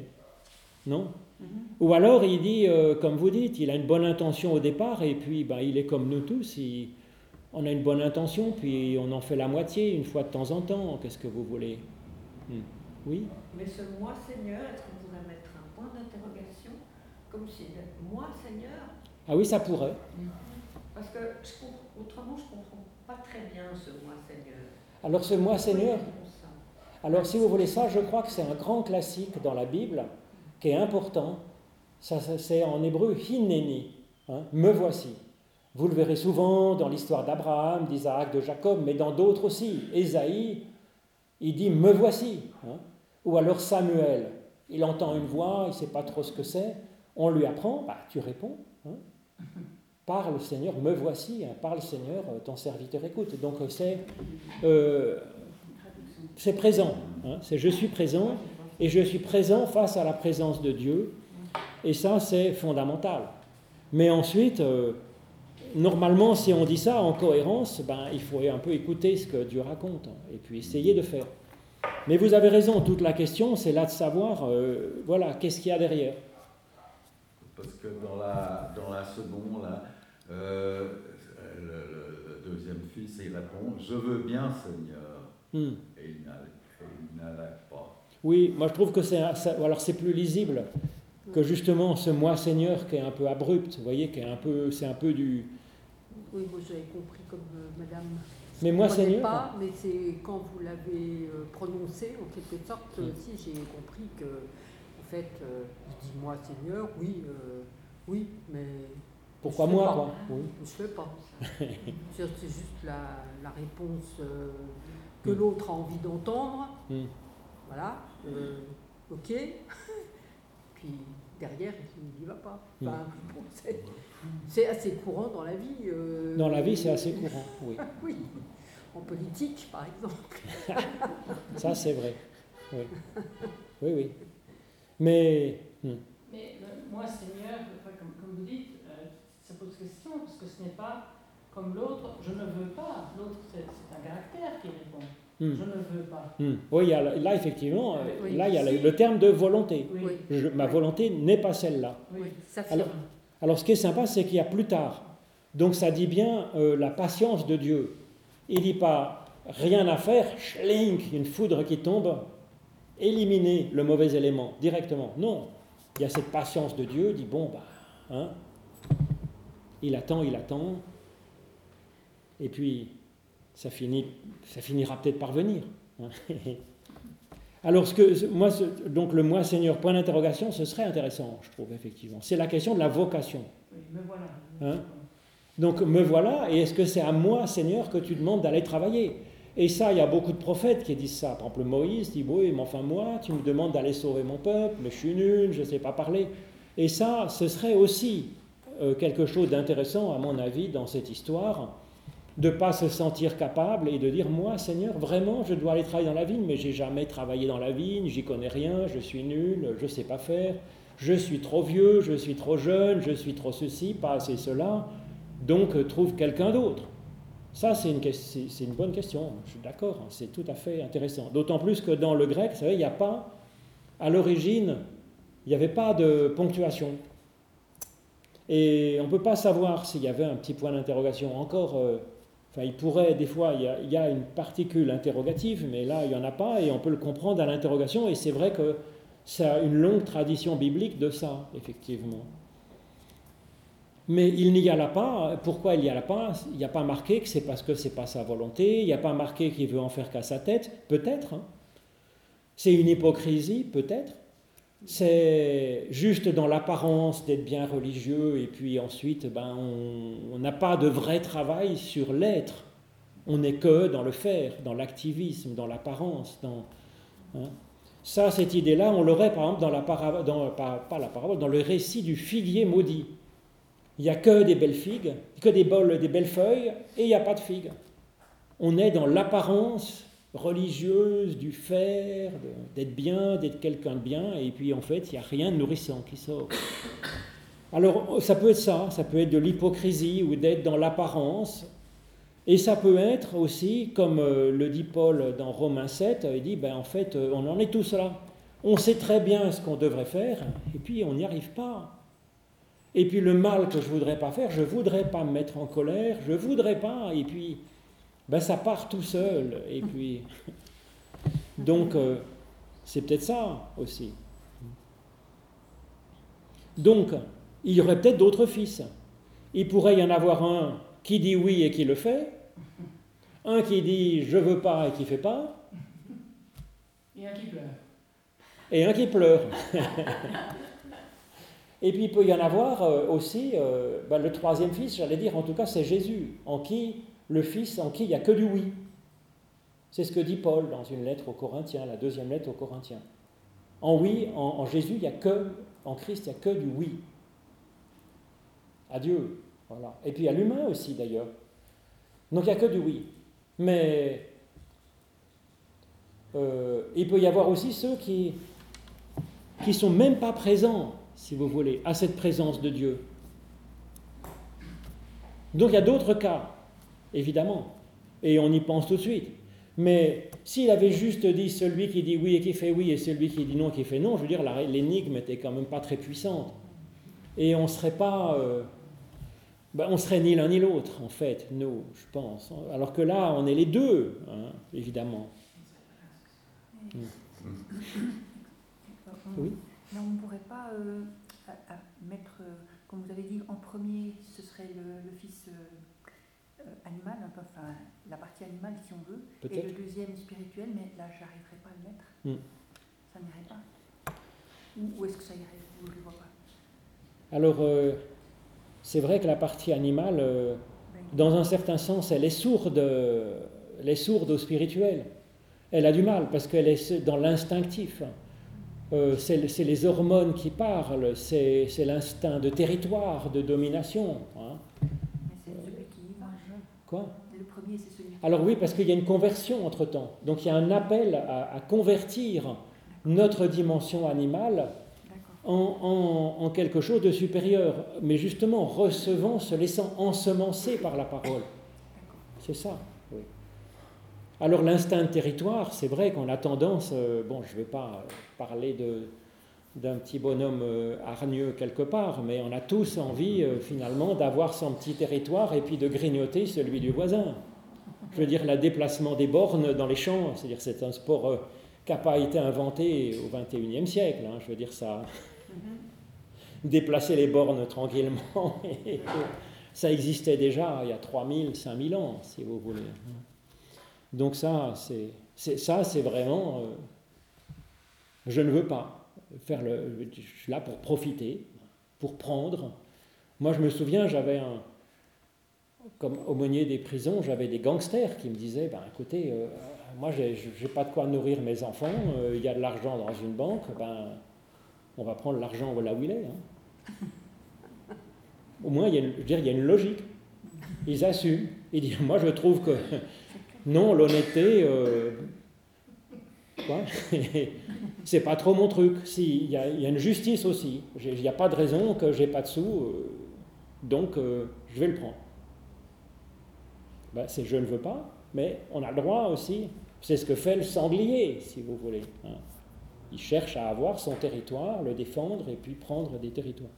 Non? Mhm. Ou alors il dit, euh, comme vous dites, il a une bonne intention au départ, et puis ben, il est comme nous tous, il, on a une bonne intention, puis on en fait la moitié une fois de temps en temps. Qu'est-ce que vous voulez? hmm. Oui? Mais ce moi Seigneur, est-ce qu'on pourrait mettre un point d'interrogation, comme si moi Seigneur? Ah oui, ça pourrait. Parce que je comprends, autrement je ne comprends pas très bien ce moi Seigneur. Alors ce moi Seigneur, Pourquoi ils font ça? alors si vous voulez ça, je crois que c'est un grand classique dans la Bible, qui est important. Ça, ça, c'est en hébreu hineni, hein, me voici. Vous le verrez souvent dans l'histoire d'Abraham, d'Isaac, de Jacob, mais dans d'autres aussi. Ésaïe, il dit me voici. Hein. Ou alors Samuel, il entend une voix, il ne sait pas trop ce que c'est, on lui apprend, bah, tu réponds. Hein. Parle Seigneur, me voici, hein, parle Seigneur, ton serviteur écoute. Donc c'est, euh, c'est présent, hein, c'est je suis présent. Et je suis présent face à la présence de Dieu. Et ça, c'est fondamental. Mais ensuite, euh, normalement, si on dit ça en cohérence, ben, il faut un peu écouter ce que Dieu raconte et puis essayer de faire. Mais vous avez raison, toute la question, c'est là de savoir, euh, voilà, qu'est-ce qu'il y a derrière. Parce que dans la, dans la seconde, là, euh, le, le, le deuxième fils, il répond « Je veux bien, Seigneur Hmm. ». Et il n'allait il n'allait pas. Oui, moi je trouve que c'est, ça, alors c'est plus lisible que justement ce moi Seigneur qui est un peu abrupt, vous voyez, qui est un peu, c'est un peu du... Oui, moi j'avais compris comme euh, madame. Mais moi Je ne connais Seigneur... pas, mais c'est quand vous l'avez euh, prononcé, en quelque sorte, Mm. aussi j'ai compris que, en fait, euh, je dis moi Seigneur, oui, euh, oui, mais Pourquoi je fais moi, pas. quoi? Oui. je ne fais pas. C'est c'est juste la, la réponse euh, que Mm. l'autre a envie d'entendre. Hmm. Voilà, euh, ok. Puis derrière, il n'y va pas. Enfin, bon, c'est, c'est assez courant dans la vie. euh, Dans la vie, c'est assez courant, oui. Oui, en politique, par exemple. Ça, c'est vrai. Oui, oui. oui. Mais... hmm. Mais le moi Seigneur, enfin, comme, comme vous dites, euh, ça pose question, parce que ce n'est pas comme l'autre, je ne veux pas. L'autre, c'est, c'est un caractère qui répond. Hmm. Je ne veux pas. Hmm. Oui, il y a, là, effectivement, euh, Oui. là, il y a le, le terme de volonté. Oui, Oui. Je- ma Oui. volonté n'est pas celle-là. oui. Oui, ça fait. Alors, alors, ce qui est sympa, c'est qu'il y a plus tard. Donc, ça dit bien euh, la patience de Dieu. Il ne dit pas rien à faire, schlink, une foudre qui tombe, éliminer le mauvais élément directement. Non, il y a cette patience de Dieu, dit bon, bah, hein, il attend, il attend, et puis ça, finit, ça finira peut-être par venir. Hein. Alors, ce que, moi, ce, donc le moi Seigneur, point d'interrogation, ce serait intéressant, je trouve, effectivement. C'est la question de la vocation. Oui, me voilà. Hein? Donc, me voilà, et est-ce que c'est à moi, Seigneur, que tu demandes d'aller travailler? Et ça, il y a beaucoup de prophètes qui disent ça. Par exemple, Moïse dit, oui, mais enfin moi, tu me demandes d'aller sauver mon peuple, mais je suis nul, je ne sais pas parler. Et ça, ce serait aussi euh, quelque chose d'intéressant, à mon avis, dans cette histoire, de ne pas se sentir capable et de dire, moi, Seigneur, vraiment, je dois aller travailler dans la vigne, mais je n'ai jamais travaillé dans la vigne, j'y connais rien, je suis nul, je ne sais pas faire, je suis trop vieux, je suis trop jeune, je suis trop ceci, pas assez cela, donc euh, trouve quelqu'un d'autre. Ça, c'est une, c'est, c'est une bonne question, je suis d'accord, hein, c'est tout à fait intéressant. D'autant plus que dans le grec, vous savez, il n'y a pas, à l'origine, il n'y avait pas de ponctuation. Et on ne peut pas savoir s'il y avait un petit point d'interrogation encore. Euh, enfin, il pourrait, des fois, il y, a, il y a une particule interrogative, mais là, il n'y en a pas, et on peut le comprendre à l'interrogation, et c'est vrai que ça a une longue tradition biblique de ça, effectivement. Mais il n'y a pas. Pourquoi il n'y a pas? Il n'y a pas marqué que c'est parce que ce n'est pas sa volonté, il n'y a pas marqué qu'il veut en faire qu'à sa tête, peut-être. Hein. C'est une hypocrisie, peut-être. C'est juste dans l'apparence d'être bien religieux, et puis ensuite, ben, on n'a pas de vrai travail sur l'être. On n'est que dans le faire, dans l'activisme, dans l'apparence. Dans, hein. Ça, cette idée-là, on l'aurait par exemple dans la parabole, dans, pas, pas la parabole, dans le récit du figuier maudit. Il n'y a que des belles figues, que des, bols, des belles feuilles, et il n'y a pas de figues. On est dans l'apparence religieuse du faire, d'être bien, d'être quelqu'un de bien, et puis en fait, il n'y a rien de nourrissant qui sort. Alors, ça peut être ça, ça peut être de l'hypocrisie ou d'être dans l'apparence, et ça peut être aussi, comme le dit Paul dans Romains sept, il dit, ben en fait, on en est tous là. On sait très bien ce qu'on devrait faire, et puis on n'y arrive pas. Et puis le mal que je ne voudrais pas faire, je ne voudrais pas me mettre en colère, je ne voudrais pas, et puis ben, ça part tout seul. Et puis, donc, euh, c'est peut-être ça aussi. Donc, il y aurait peut-être d'autres fils. Il pourrait y en avoir un qui dit oui et qui le fait, un qui dit je ne veux pas et qui ne fait pas, et un qui pleure. Et un qui pleure. Et puis il peut y en avoir euh, aussi, euh, ben, le troisième fils, j'allais dire, en tout cas c'est Jésus, en qui, le fils, en qui il n'y a que du oui. C'est ce que dit Paul dans une lettre aux Corinthiens, la deuxième lettre aux Corinthiens. En oui, en, en Jésus, il y a que, en Christ, il n'y a que du oui. À Dieu, voilà. Et puis à l'humain aussi d'ailleurs. Donc il n'y a que du oui. Mais euh, il peut y avoir aussi ceux qui qui sont même pas présents, si vous voulez, à cette présence de Dieu. Donc il y a d'autres cas, évidemment, et on y pense tout de suite. Mais s'il avait juste dit celui qui dit oui et qui fait oui et celui qui dit non et qui fait non, je veux dire, la, l'énigme était quand même pas très puissante. Et on serait pas... Euh, ben on serait ni l'un ni l'autre, en fait, nous, je pense. Alors que là, on est les deux, hein, évidemment. Mais... Oui. Mais on ne pourrait pas euh, à, à mettre, euh, comme vous avez dit, en premier, ce serait le, le fils euh, animal, enfin la partie animale si on veut, peut-être. Et le deuxième spirituel, mais là, je n'arriverai pas à le mettre. Mm. Ça n'irait pas. Ou, ou est-ce que ça irait? Je ne le vois pas. Alors, euh, c'est vrai que la partie animale, euh, ben, dans un certain sens, elle est sourde, euh, elle est sourde au spirituel. Elle a du mal parce qu'elle est dans l'instinctif. Euh, c'est, c'est les hormones qui parlent, c'est, c'est l'instinct de territoire, de domination. Hein. Mais c'est celui qui y va. Quoi? Le premier, c'est celui qui... Alors oui, parce qu'il y a une conversion entre-temps. Donc il y a un appel à, à convertir D'accord. notre dimension animale en, en, en quelque chose de supérieur. Mais justement, recevant, se laissant ensemencer par la parole. D'accord. C'est ça. Oui. Alors l'instinct de territoire, c'est vrai qu'on a tendance, euh, bon je ne vais pas parler de, d'un petit bonhomme euh, hargneux quelque part, mais on a tous envie euh, finalement d'avoir son petit territoire et puis de grignoter celui du voisin. Je veux dire, le déplacement des bornes dans les champs, c'est-à-dire c'est un sport euh, qui n'a pas été inventé au vingt et unième siècle. Hein, je veux dire, ça. Déplacer les bornes tranquillement. Et, et, ça existait déjà il y a trois mille, cinq mille ans, si vous voulez. Donc ça, c'est, c'est, ça, c'est vraiment... Euh, je ne veux pas faire le... Je suis là pour profiter, pour prendre. Moi, je me souviens, j'avais un... Comme aumônier des prisons, j'avais des gangsters qui me disaient, ben, écoutez, euh, moi, j'ai, j'ai pas de quoi nourrir mes enfants, euh, il y a de l'argent dans une banque, ben, on va prendre l'argent là où il est. Hein. Au moins, il y a une, je veux dire, il y a une logique. Ils assument. Ils disent, moi, je trouve que non, l'honnêteté, euh, quoi, c'est pas trop mon truc. Si, il y a, il y a une justice aussi. J'ai, il n'y a pas de raison que j'ai pas de sous, euh, donc euh, je vais le prendre. Ben, c'est je ne veux pas, mais on a le droit aussi. C'est ce que fait le sanglier, si vous voulez. Hein. Il cherche à avoir son territoire, le défendre et puis prendre des territoires.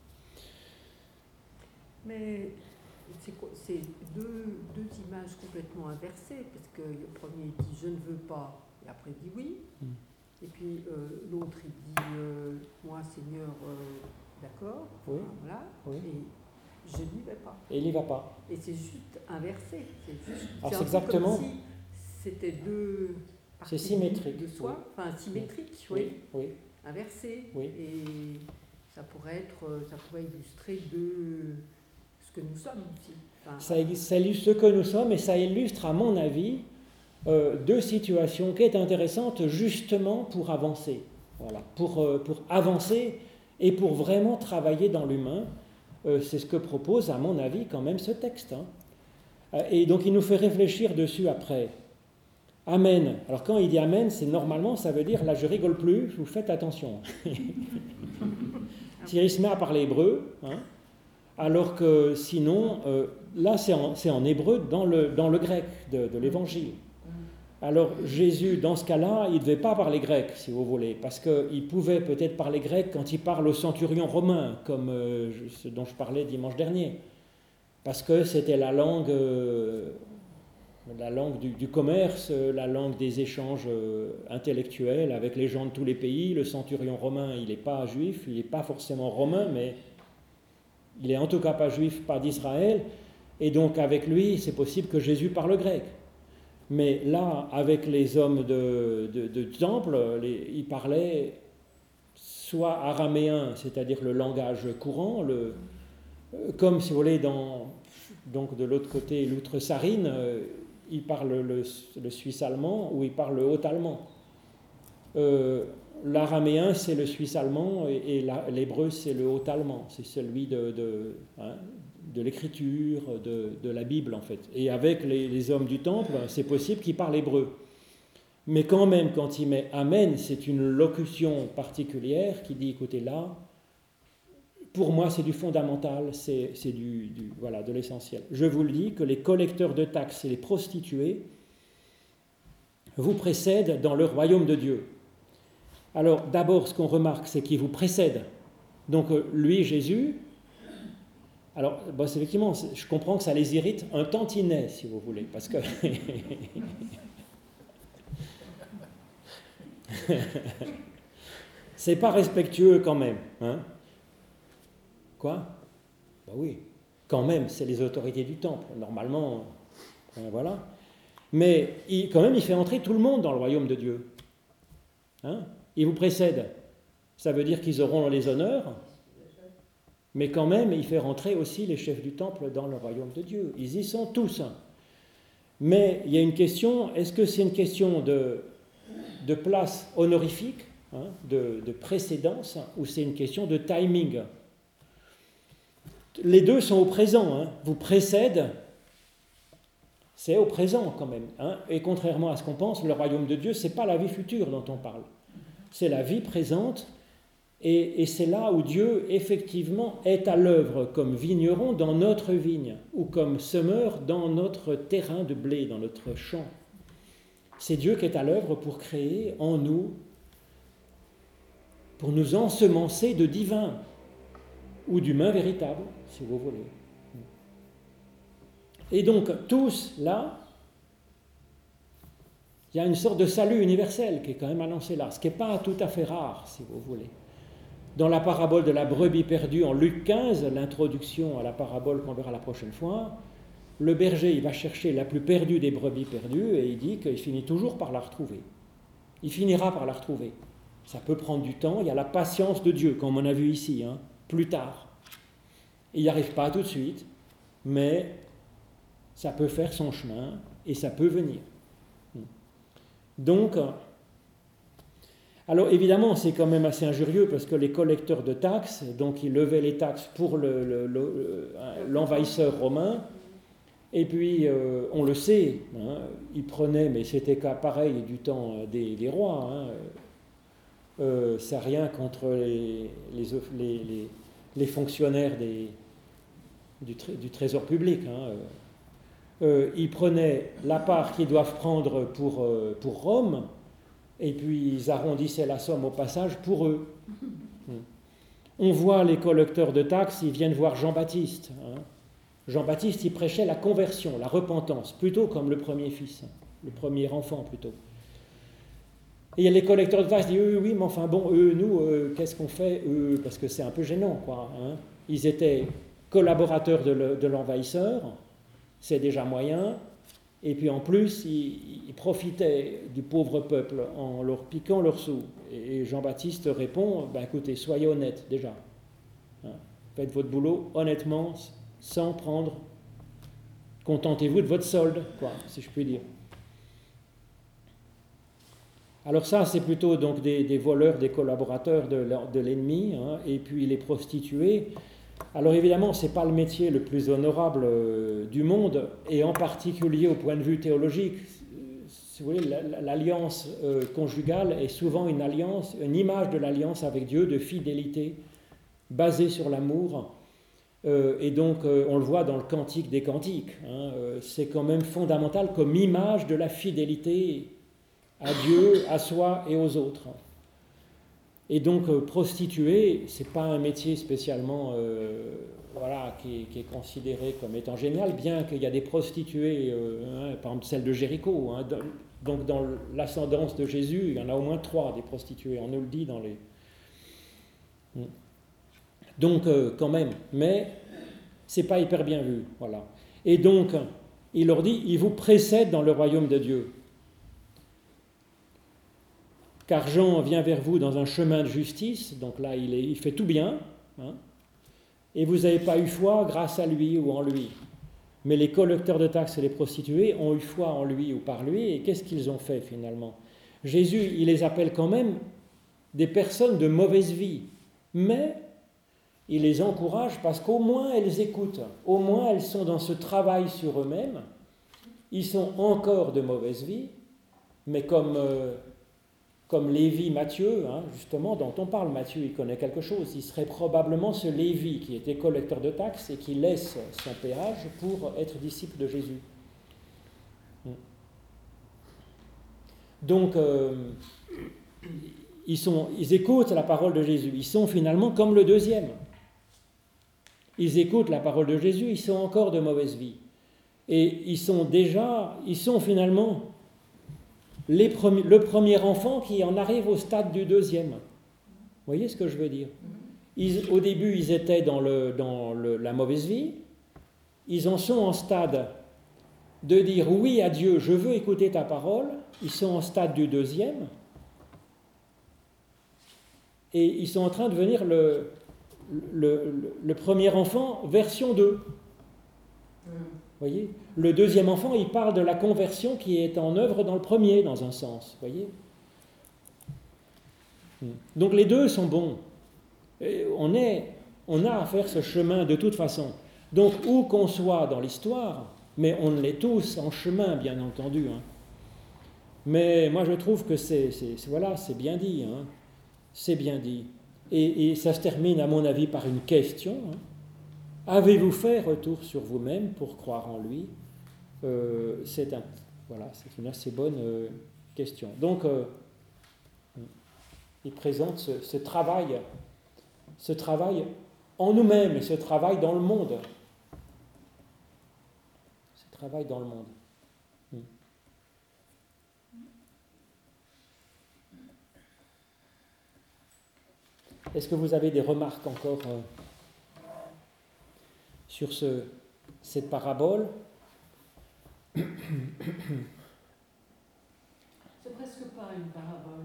Mais c'est, c'est deux, deux images complètement inversées, parce que le premier dit « je ne veux pas » et après il dit « oui mm. ». Et puis euh, l'autre il dit euh, « moi Seigneur, euh, d'accord, oui. voilà, oui. et je n'y vais pas ». Et il n'y va pas. Et c'est juste inversé. C'est, juste, Alors c'est, c'est exactement... comme si c'était deux c'est symétrique. de soi, oui. Enfin symétrique, oui, oui. oui. inversé. Oui. Et ça pourrait être, ça pourrait illustrer deux... que nous sommes aussi. Enfin, ça, ça illustre ce que nous sommes et ça illustre, à mon avis, euh, deux situations qui sont intéressantes justement pour avancer. Voilà, pour, euh, pour avancer et pour vraiment travailler dans l'humain. Euh, c'est ce que propose, à mon avis, quand même ce texte. Hein. Euh, et donc il nous fait réfléchir dessus après. Amen. Alors quand il dit Amen, c'est normalement, ça veut dire, là je rigole plus, vous faites attention. Thierry se met à parler hébreu, hein. Alors que sinon, euh, là c'est en, c'est en hébreu dans le, dans le grec de, de l'évangile. Alors Jésus, dans ce cas-là, il ne devait pas parler grec, si vous voulez, parce qu'il pouvait peut-être parler grec quand il parle au centurion romain, comme euh, ce dont je parlais dimanche dernier, parce que c'était la langue, euh, la langue du, du commerce, la langue des échanges euh, intellectuels avec les gens de tous les pays. Le centurion romain, il n'est pas juif, il n'est pas forcément romain, mais... il n'est en tout cas pas juif, pas d'Israël, et donc avec lui, c'est possible que Jésus parle grec. Mais là, avec les hommes de, de, de temple, les, il parlait soit araméen, c'est-à-dire le langage courant, le, comme si vous voulez, dans, donc de l'autre côté, l'outre-Sarine, il parle le, le suisse-allemand ou il parle le haut-allemand. Euh, L'araméen, c'est le suisse-allemand et, et la, l'hébreu, c'est le haut-allemand. C'est celui de, de, hein, de l'écriture, de, de la Bible, en fait. Et avec les, les hommes du temple, c'est possible qu'ils parlent hébreu. Mais quand même, quand il met « Amen », c'est une locution particulière qui dit « Écoutez, là, pour moi, c'est du fondamental, c'est, c'est du, du, voilà, de l'essentiel. » Je vous le dis que les collecteurs de taxes et les prostituées vous précèdent dans le royaume de Dieu. Alors, d'abord, ce qu'on remarque, c'est qu'il vous précède. Donc, lui, Jésus, alors, bon, c'est effectivement, je comprends que ça les irrite un tantinet, si vous voulez, parce que... c'est pas respectueux quand même. Hein? Quoi? Ben oui, quand même, c'est les autorités du temple. Normalement, ben voilà. Mais il, quand même, il fait entrer tout le monde dans le royaume de Dieu. Hein? Il vous précède. Ça veut dire qu'ils auront les honneurs, mais quand même, il fait rentrer aussi les chefs du temple dans le royaume de Dieu. Ils y sont tous. Mais il y a une question, est-ce que c'est une question de, de place honorifique, hein, de, de précédence, ou c'est une question de timing? Les deux sont au présent. Hein. Vous précède, c'est au présent quand même. Hein. Et contrairement à ce qu'on pense, le royaume de Dieu, ce n'est pas la vie future dont on parle. C'est la vie présente, et, et c'est là où Dieu, effectivement, est à l'œuvre comme vigneron dans notre vigne, ou comme semeur dans notre terrain de blé, dans notre champ. C'est Dieu qui est à l'œuvre pour créer en nous, pour nous ensemencer de divin, ou d'humain véritable, si vous voulez. Et donc, tous, là, Il y a une sorte de salut universel qui est quand même annoncé là, ce qui n'est pas tout à fait rare, si vous voulez. Dans la parabole de la brebis perdue en Luc quinze, l'introduction à la parabole qu'on verra la prochaine fois, le berger il va chercher la plus perdue des brebis perdues et il dit qu'il finit toujours par la retrouver. Il finira par la retrouver. Ça peut prendre du temps, il y a la patience de Dieu, comme on a vu ici, hein, plus tard. Il n'y arrive pas tout de suite, mais ça peut faire son chemin et ça peut venir. Donc, alors évidemment, c'est quand même assez injurieux parce que les collecteurs de taxes, donc ils levaient les taxes pour le, le, le, l'envahisseur romain, et puis euh, on le sait, hein, ils prenaient, mais c'était pareil du temps des, des rois, hein, euh, c'est rien contre les, les, les, les fonctionnaires des, du, du trésor public, hein, Euh, ils prenaient la part qu'ils doivent prendre pour, euh, pour Rome, et puis ils arrondissaient la somme au passage pour eux. On voit les collecteurs de taxes, ils viennent voir Jean-Baptiste. Hein. Jean-Baptiste, il prêchait la conversion, la repentance, plutôt comme le premier fils, le premier enfant plutôt. Et il y a les collecteurs de taxes qui disent « oui, mais enfin bon, eux, nous, euh, qu'est-ce qu'on fait eux, parce que c'est un peu gênant, quoi. Hein. Ils étaient collaborateurs de, le, de l'envahisseur, c'est déjà moyen, et puis en plus, ils, ils profitaient du pauvre peuple en leur piquant leurs sous. Et Jean-Baptiste répond, ben écoutez, soyez honnêtes déjà. Hein, faites votre boulot honnêtement, sans prendre, contentez-vous de votre solde, quoi, si je puis dire. Alors ça, c'est plutôt donc des, des voleurs, des collaborateurs de, de l'ennemi, hein, et puis les prostituées. Alors évidemment, ce n'est pas le métier le plus honorable euh, du monde, et en particulier au point de vue théologique. Si vous voulez, l'alliance euh, conjugale est souvent une alliance, une image de l'alliance avec Dieu, de fidélité, basée sur l'amour. Euh, et donc, euh, on le voit dans le Cantique des Cantiques. Hein, euh, c'est quand même fondamental comme image de la fidélité à Dieu, à soi et aux autres. Et donc, euh, prostituée, ce n'est pas un métier spécialement euh, voilà, qui, qui est considéré comme étant génial, bien qu'il y a des prostituées, euh, hein, par exemple celle de Jéricho. Hein, dans, donc, dans l'ascendance de Jésus, il y en a au moins trois des prostituées, on nous le dit dans les... Donc, euh, quand même, mais ce n'est pas hyper bien vu. Voilà. Et donc, il leur dit, il vous précède dans le royaume de Dieu. Car Jean vient vers vous dans un chemin de justice, donc là il, est, il fait tout bien, hein, et vous n'avez pas eu foi grâce à lui ou en lui. Mais les collecteurs de taxes et les prostituées ont eu foi en lui ou par lui, et qu'est-ce qu'ils ont fait finalement? Jésus, il les appelle quand même des personnes de mauvaise vie, mais il les encourage parce qu'au moins elles écoutent, au moins elles sont dans ce travail sur eux-mêmes, ils sont encore de mauvaise vie, mais comme... Euh, Comme Lévi Matthieu, hein, justement, dont on parle, Matthieu, il connaît quelque chose. Il serait probablement ce Lévi qui était collecteur de taxes et qui laisse son péage pour être disciple de Jésus. Donc, euh, ils, sont, ils écoutent la parole de Jésus. Ils sont finalement comme le deuxième. Ils écoutent la parole de Jésus, ils sont encore de mauvaise vie. Et ils sont déjà, ils sont finalement... Les premi- le premier enfant qui en arrive au stade du deuxième. Vous voyez ce que je veux dire? Ils, au début, ils étaient dans, le, dans le, la mauvaise vie. Ils en sont en stade de dire oui à Dieu, je veux écouter ta parole. Ils sont en stade du deuxième. Et ils sont en train de devenir le, le, le, le premier enfant version deux. Voyez, le deuxième enfant, il parle de la conversion qui est en œuvre dans le premier, dans un sens. Voyez. Donc les deux sont bons. Et on, est, on a à faire ce chemin de toute façon. Donc où qu'on soit dans l'histoire, mais on l'est tous en chemin, bien entendu. Hein. Mais moi je trouve que c'est, c'est, c'est voilà, c'est bien dit. Hein. C'est bien dit. Et, et ça se termine, à mon avis, par une question. Hein. Avez-vous fait retour sur vous-même pour croire en lui? euh, c'est, un, voilà, c'est une assez bonne euh, question. Donc, euh, il présente ce, ce travail, ce travail en nous-mêmes et ce travail dans le monde. Ce travail dans le monde. est-ce que vous avez des remarques encore euh, sur ce, cette parabole? C'est presque pas une parabole.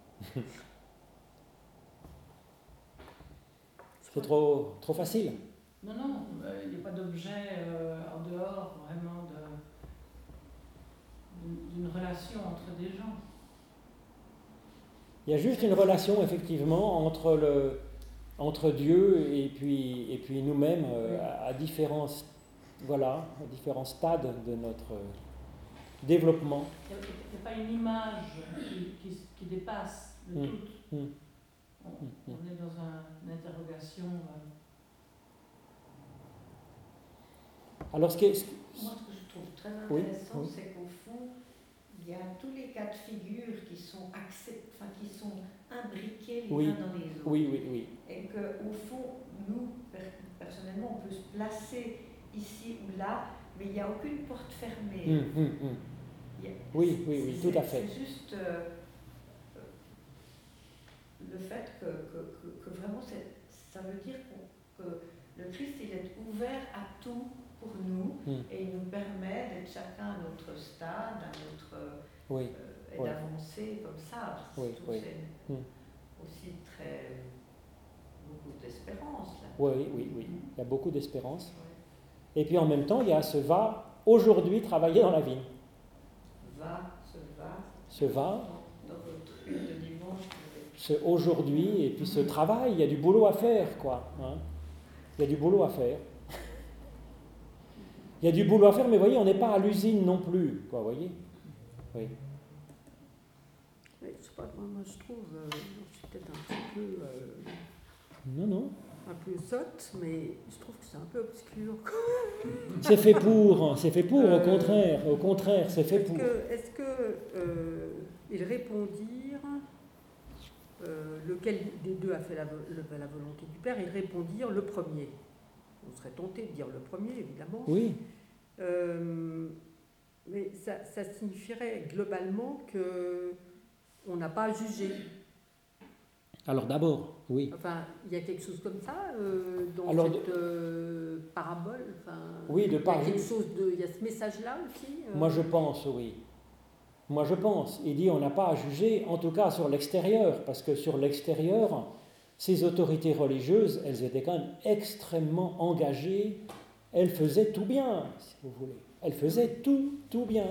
C'est trop, trop facile. Non, non, il n'y a pas d'objet euh, en dehors vraiment de, d'une relation entre des gens. Il y a juste une relation effectivement entre, le, entre Dieu et puis, et puis nous-mêmes euh, à, à, différents, voilà, à différents stades de notre euh, développement. Il n'y a, a pas une image qui, qui, qui dépasse le mmh. tout. Mmh. On, on est dans un, une interrogation. Euh, Alors, ce qui est, ce... Moi, ce que je trouve très oui, intéressant, oui. c'est qu'au fond, il y a tous les cas de figure qui sont, accept... enfin, qui sont imbriqués les oui. uns dans les autres. Oui, oui, oui. Et qu'au fond, nous, personnellement, on peut se placer ici ou là, mais il n'y a aucune porte fermée. Mmh, mmh, mmh. Il y a... Oui, oui, oui, tout à fait. C'est juste euh, le fait que, que, que, que vraiment, ça veut dire que le Christ, il est ouvert à tout pour nous, mmh. et il nous permet d'être chacun à notre stade, à notre, oui. euh, et oui. d'avancer comme ça. Oui, oui. C'est mmh. aussi très beaucoup d'espérance. Là. Oui, oui, oui. Il y a beaucoup d'espérance. Oui. Et puis en même temps, il y a ce va aujourd'hui travailler dans la vigne. Va, ce va. Ce va. Dans votre une de dimanche. Ce aujourd'hui, et puis ce travail, il y a du boulot à faire, quoi. Hein. Il y a du boulot à faire. Il y a du boulot à faire, mais vous voyez, on n'est pas à l'usine non plus, quoi, vous voyez. Oui. Oui, je sais pas, moi, moi je trouve, euh, je suis peut-être un petit peu, euh, non, non, un peu sotte, mais je trouve que c'est un peu obscur. C'est fait pour, c'est fait pour, euh, au contraire, au contraire, c'est fait est-ce pour. Que, est-ce que euh, ils répondirent, euh, lequel des deux a fait la, le, la volonté du Père, ils répondirent le premier. On serait tenté de dire le premier, évidemment. Oui. Euh, mais ça, ça signifierait globalement qu'on n'a pas à juger. Alors d'abord, oui. Enfin, il y a quelque chose comme ça euh, dans Alors, cette euh, parabole. Enfin, oui, de par... Il y a quelque chose de, il y a ce message-là aussi. Euh... Moi, je pense, oui. Moi, je pense. Il dit, on n'a pas à juger, en tout cas sur l'extérieur, parce que sur l'extérieur, ces autorités religieuses, elles étaient quand même extrêmement engagées. Elles faisaient tout bien, si vous voulez. Elles faisaient tout, tout bien.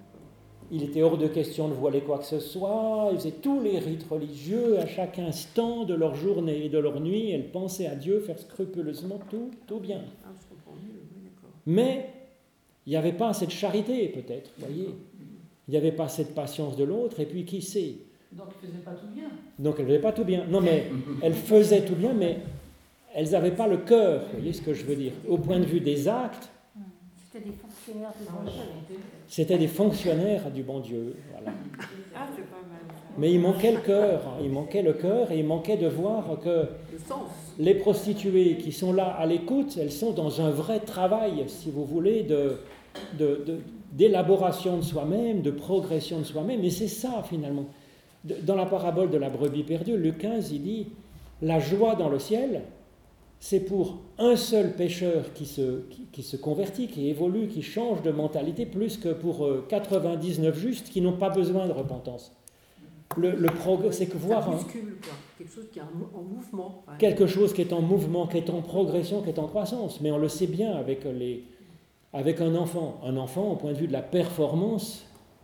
Il était hors de question de voiler quoi que ce soit. Elles faisaient tous les rites religieux à chaque instant de leur journée et de leur nuit. Elles pensaient à Dieu, faire scrupuleusement tout, tout bien. Ah, je comprends mieux, oui, d'accord. Mais il n'y avait pas cette charité, peut-être, vous voyez. Il n'y avait pas cette patience de l'autre, et puis qui sait. Donc elles ne faisaient pas tout bien. Donc elles ne faisaient pas tout bien. Non, mais elles faisaient tout bien, mais elles n'avaient pas le cœur, vous voyez ce que je veux dire. Au point de vue des actes, c'était des fonctionnaires du bon Dieu. C'était des fonctionnaires du bon Dieu, voilà. Ah, c'est pas mal. Mais il manquait le cœur, il manquait le cœur, et il manquait de voir que le sens. Les prostituées qui sont là à l'écoute, elles sont dans un vrai travail, si vous voulez, de, de, de, d'élaboration de soi-même, de progression de soi-même, et c'est ça finalement. Dans la parabole de la brebis perdue, Luc quinze, il dit « La joie dans le ciel, c'est pour un seul pécheur qui se, qui, qui se convertit, qui évolue, qui change de mentalité, plus que pour quatre-vingt-dix-neuf justes qui n'ont pas besoin de repentance. » Le, le progrès, c'est que voir ça bouscule, quoi. Quelque chose qui est en mouvement. Ouais. Quelque chose qui est en mouvement, qui est en progression, qui est en croissance. Mais on le sait bien avec, les, avec un enfant. Un enfant, au point de vue de la performance,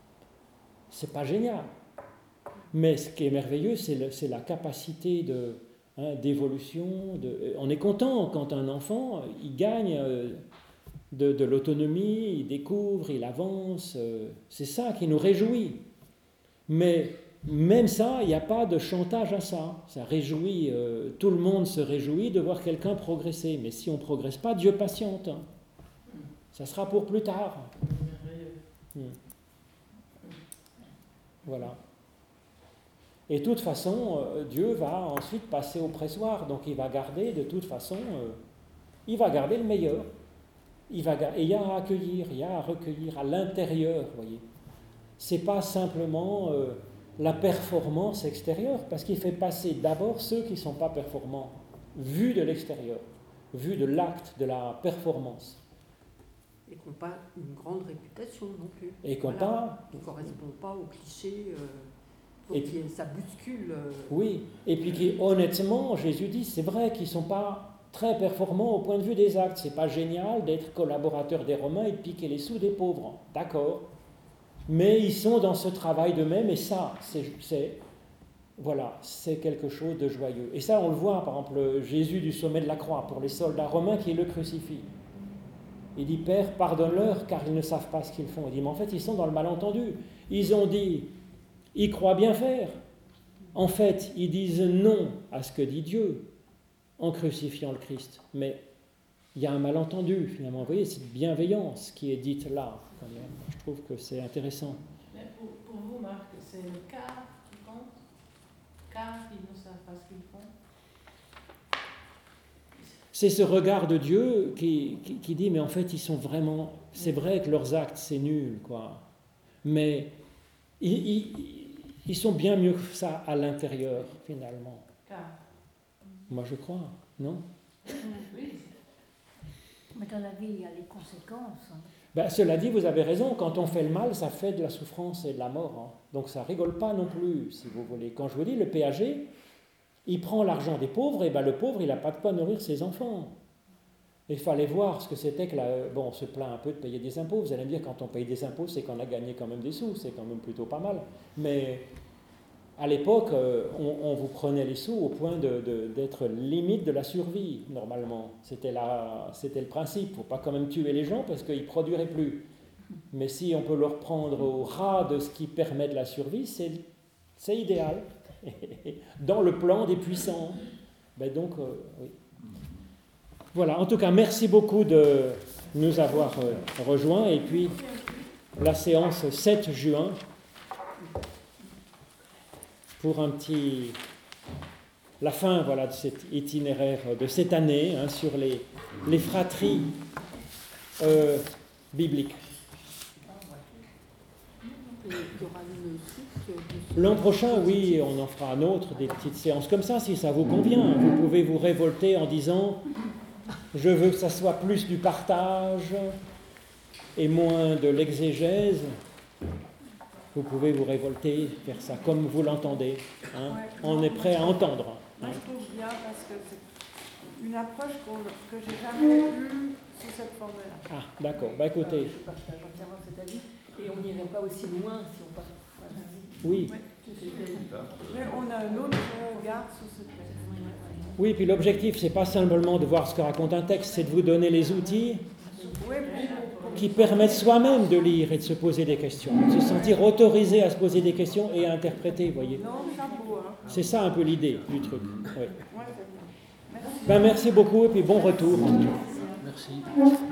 c'est pas génial. Mais ce qui est merveilleux, c'est, le, c'est la capacité de, hein, d'évolution. De, on est content quand un enfant, il gagne de, de l'autonomie, il découvre, il avance. C'est ça qui nous réjouit. Mais même ça, il n'y a pas de chantage à ça. Ça réjouit, euh, tout le monde se réjouit de voir quelqu'un progresser. Mais si on ne progresse pas, Dieu patiente. Hein. Ça sera pour plus tard. Mmh. Voilà. Et de toute façon, euh, Dieu va ensuite passer au pressoir. Donc il va garder, de toute façon, euh, il va garder le meilleur. Il va gar- Et il y a à accueillir, il y a à recueillir à l'intérieur, vous voyez. C'est pas simplement... Euh, la performance extérieure, parce qu'il fait passer d'abord ceux qui ne sont pas performants, vus de l'extérieur, vus de l'acte, de la performance. Et qui n'ont pas une grande réputation non plus. Et qu'on voilà. pas... Qui ne correspondent pas aux clichés. Euh, donc et puis, ça bouscule. Euh, oui, et puis qui, honnêtement, Jésus dit, c'est vrai qu'ils ne sont pas très performants au point de vue des actes. C'est pas génial d'être collaborateur des Romains et de piquer les sous des pauvres. D'accord. Mais ils sont dans ce travail d'eux-mêmes, et ça, c'est, c'est, voilà, c'est quelque chose de joyeux. Et ça, on le voit, par exemple, Jésus du sommet de la croix, pour les soldats romains qui le crucifient. Il dit, Père, pardonne-leur, car ils ne savent pas ce qu'ils font. Il dit, mais en fait, ils sont dans le malentendu. Ils ont dit, ils croient bien faire. En fait, ils disent non à ce que dit Dieu en crucifiant le Christ. Mais il y a un malentendu, finalement. Vous voyez, cette bienveillance qui est dite là, quand même. Je trouve que c'est intéressant. Mais pour, pour vous, Marc, c'est le quart qui compte, car ils ne savent pas ce qu'ils font. C'est ce regard de Dieu qui, qui, qui dit, mais en fait, ils sont vraiment... C'est vrai que leurs actes, c'est nul, quoi. Mais ils, ils, ils sont bien mieux que ça à l'intérieur, finalement. Car. Moi, je crois, non? Oui. Mais dans la vie, il y a les conséquences. Hein. Ben, cela dit, vous avez raison, quand on fait le mal, ça fait de la souffrance et de la mort. Hein. Donc ça rigole pas non plus, si vous voulez. Quand je vous dis, le péager, il prend l'argent des pauvres, et ben le pauvre, il n'a pas de quoi nourrir ses enfants. Il fallait voir ce que c'était que la... Bon, on se plaint un peu de payer des impôts. Vous allez me dire, quand on paye des impôts, c'est qu'on a gagné quand même des sous, c'est quand même plutôt pas mal. Mais à l'époque, on, on vous prenait les sous au point de, de, d'être limite de la survie, normalement. C'était, la, c'était le principe. Il ne faut pas quand même tuer les gens parce qu'ils ne produiraient plus. Mais si on peut leur prendre au ras de ce qui permet de la survie, c'est, c'est idéal. Dans le plan des puissants. Ben donc, euh, oui. Voilà, en tout cas, merci beaucoup de nous avoir euh, rejoints. Et puis, la séance sept juin, pour un petit... la fin, voilà, de cet itinéraire de cette année, hein, sur les, les fratries euh, bibliques. L'an prochain, oui, on en fera un autre, des petites séances comme ça, si ça vous convient. Vous pouvez vous révolter en disant... Je veux que ça soit plus du partage et moins de l'exégèse. Vous pouvez vous révolter, faire ça comme vous l'entendez. Hein. Ouais. On est prêt à entendre. Moi, je trouve bien parce que c'est une approche qu'on, que j'ai jamais eue sous cette forme-là. Ah, d'accord. Bah écoutez. Je partage entièrement cet avis. Et on n'irait pas aussi loin si on part. Oui. Mais on a un autre regard sur ce texte. Oui, puis l'objectif, c'est pas simplement de voir ce que raconte un texte, c'est de vous donner les outils qui permettent soi-même de lire et de se poser des questions, de se sentir autorisé à se poser des questions et à interpréter, vous voyez. Non, chapeau, hein. C'est ça un peu l'idée du truc. Oui. Ouais, c'est bien. Merci. Ben, merci beaucoup et puis bon retour. Merci.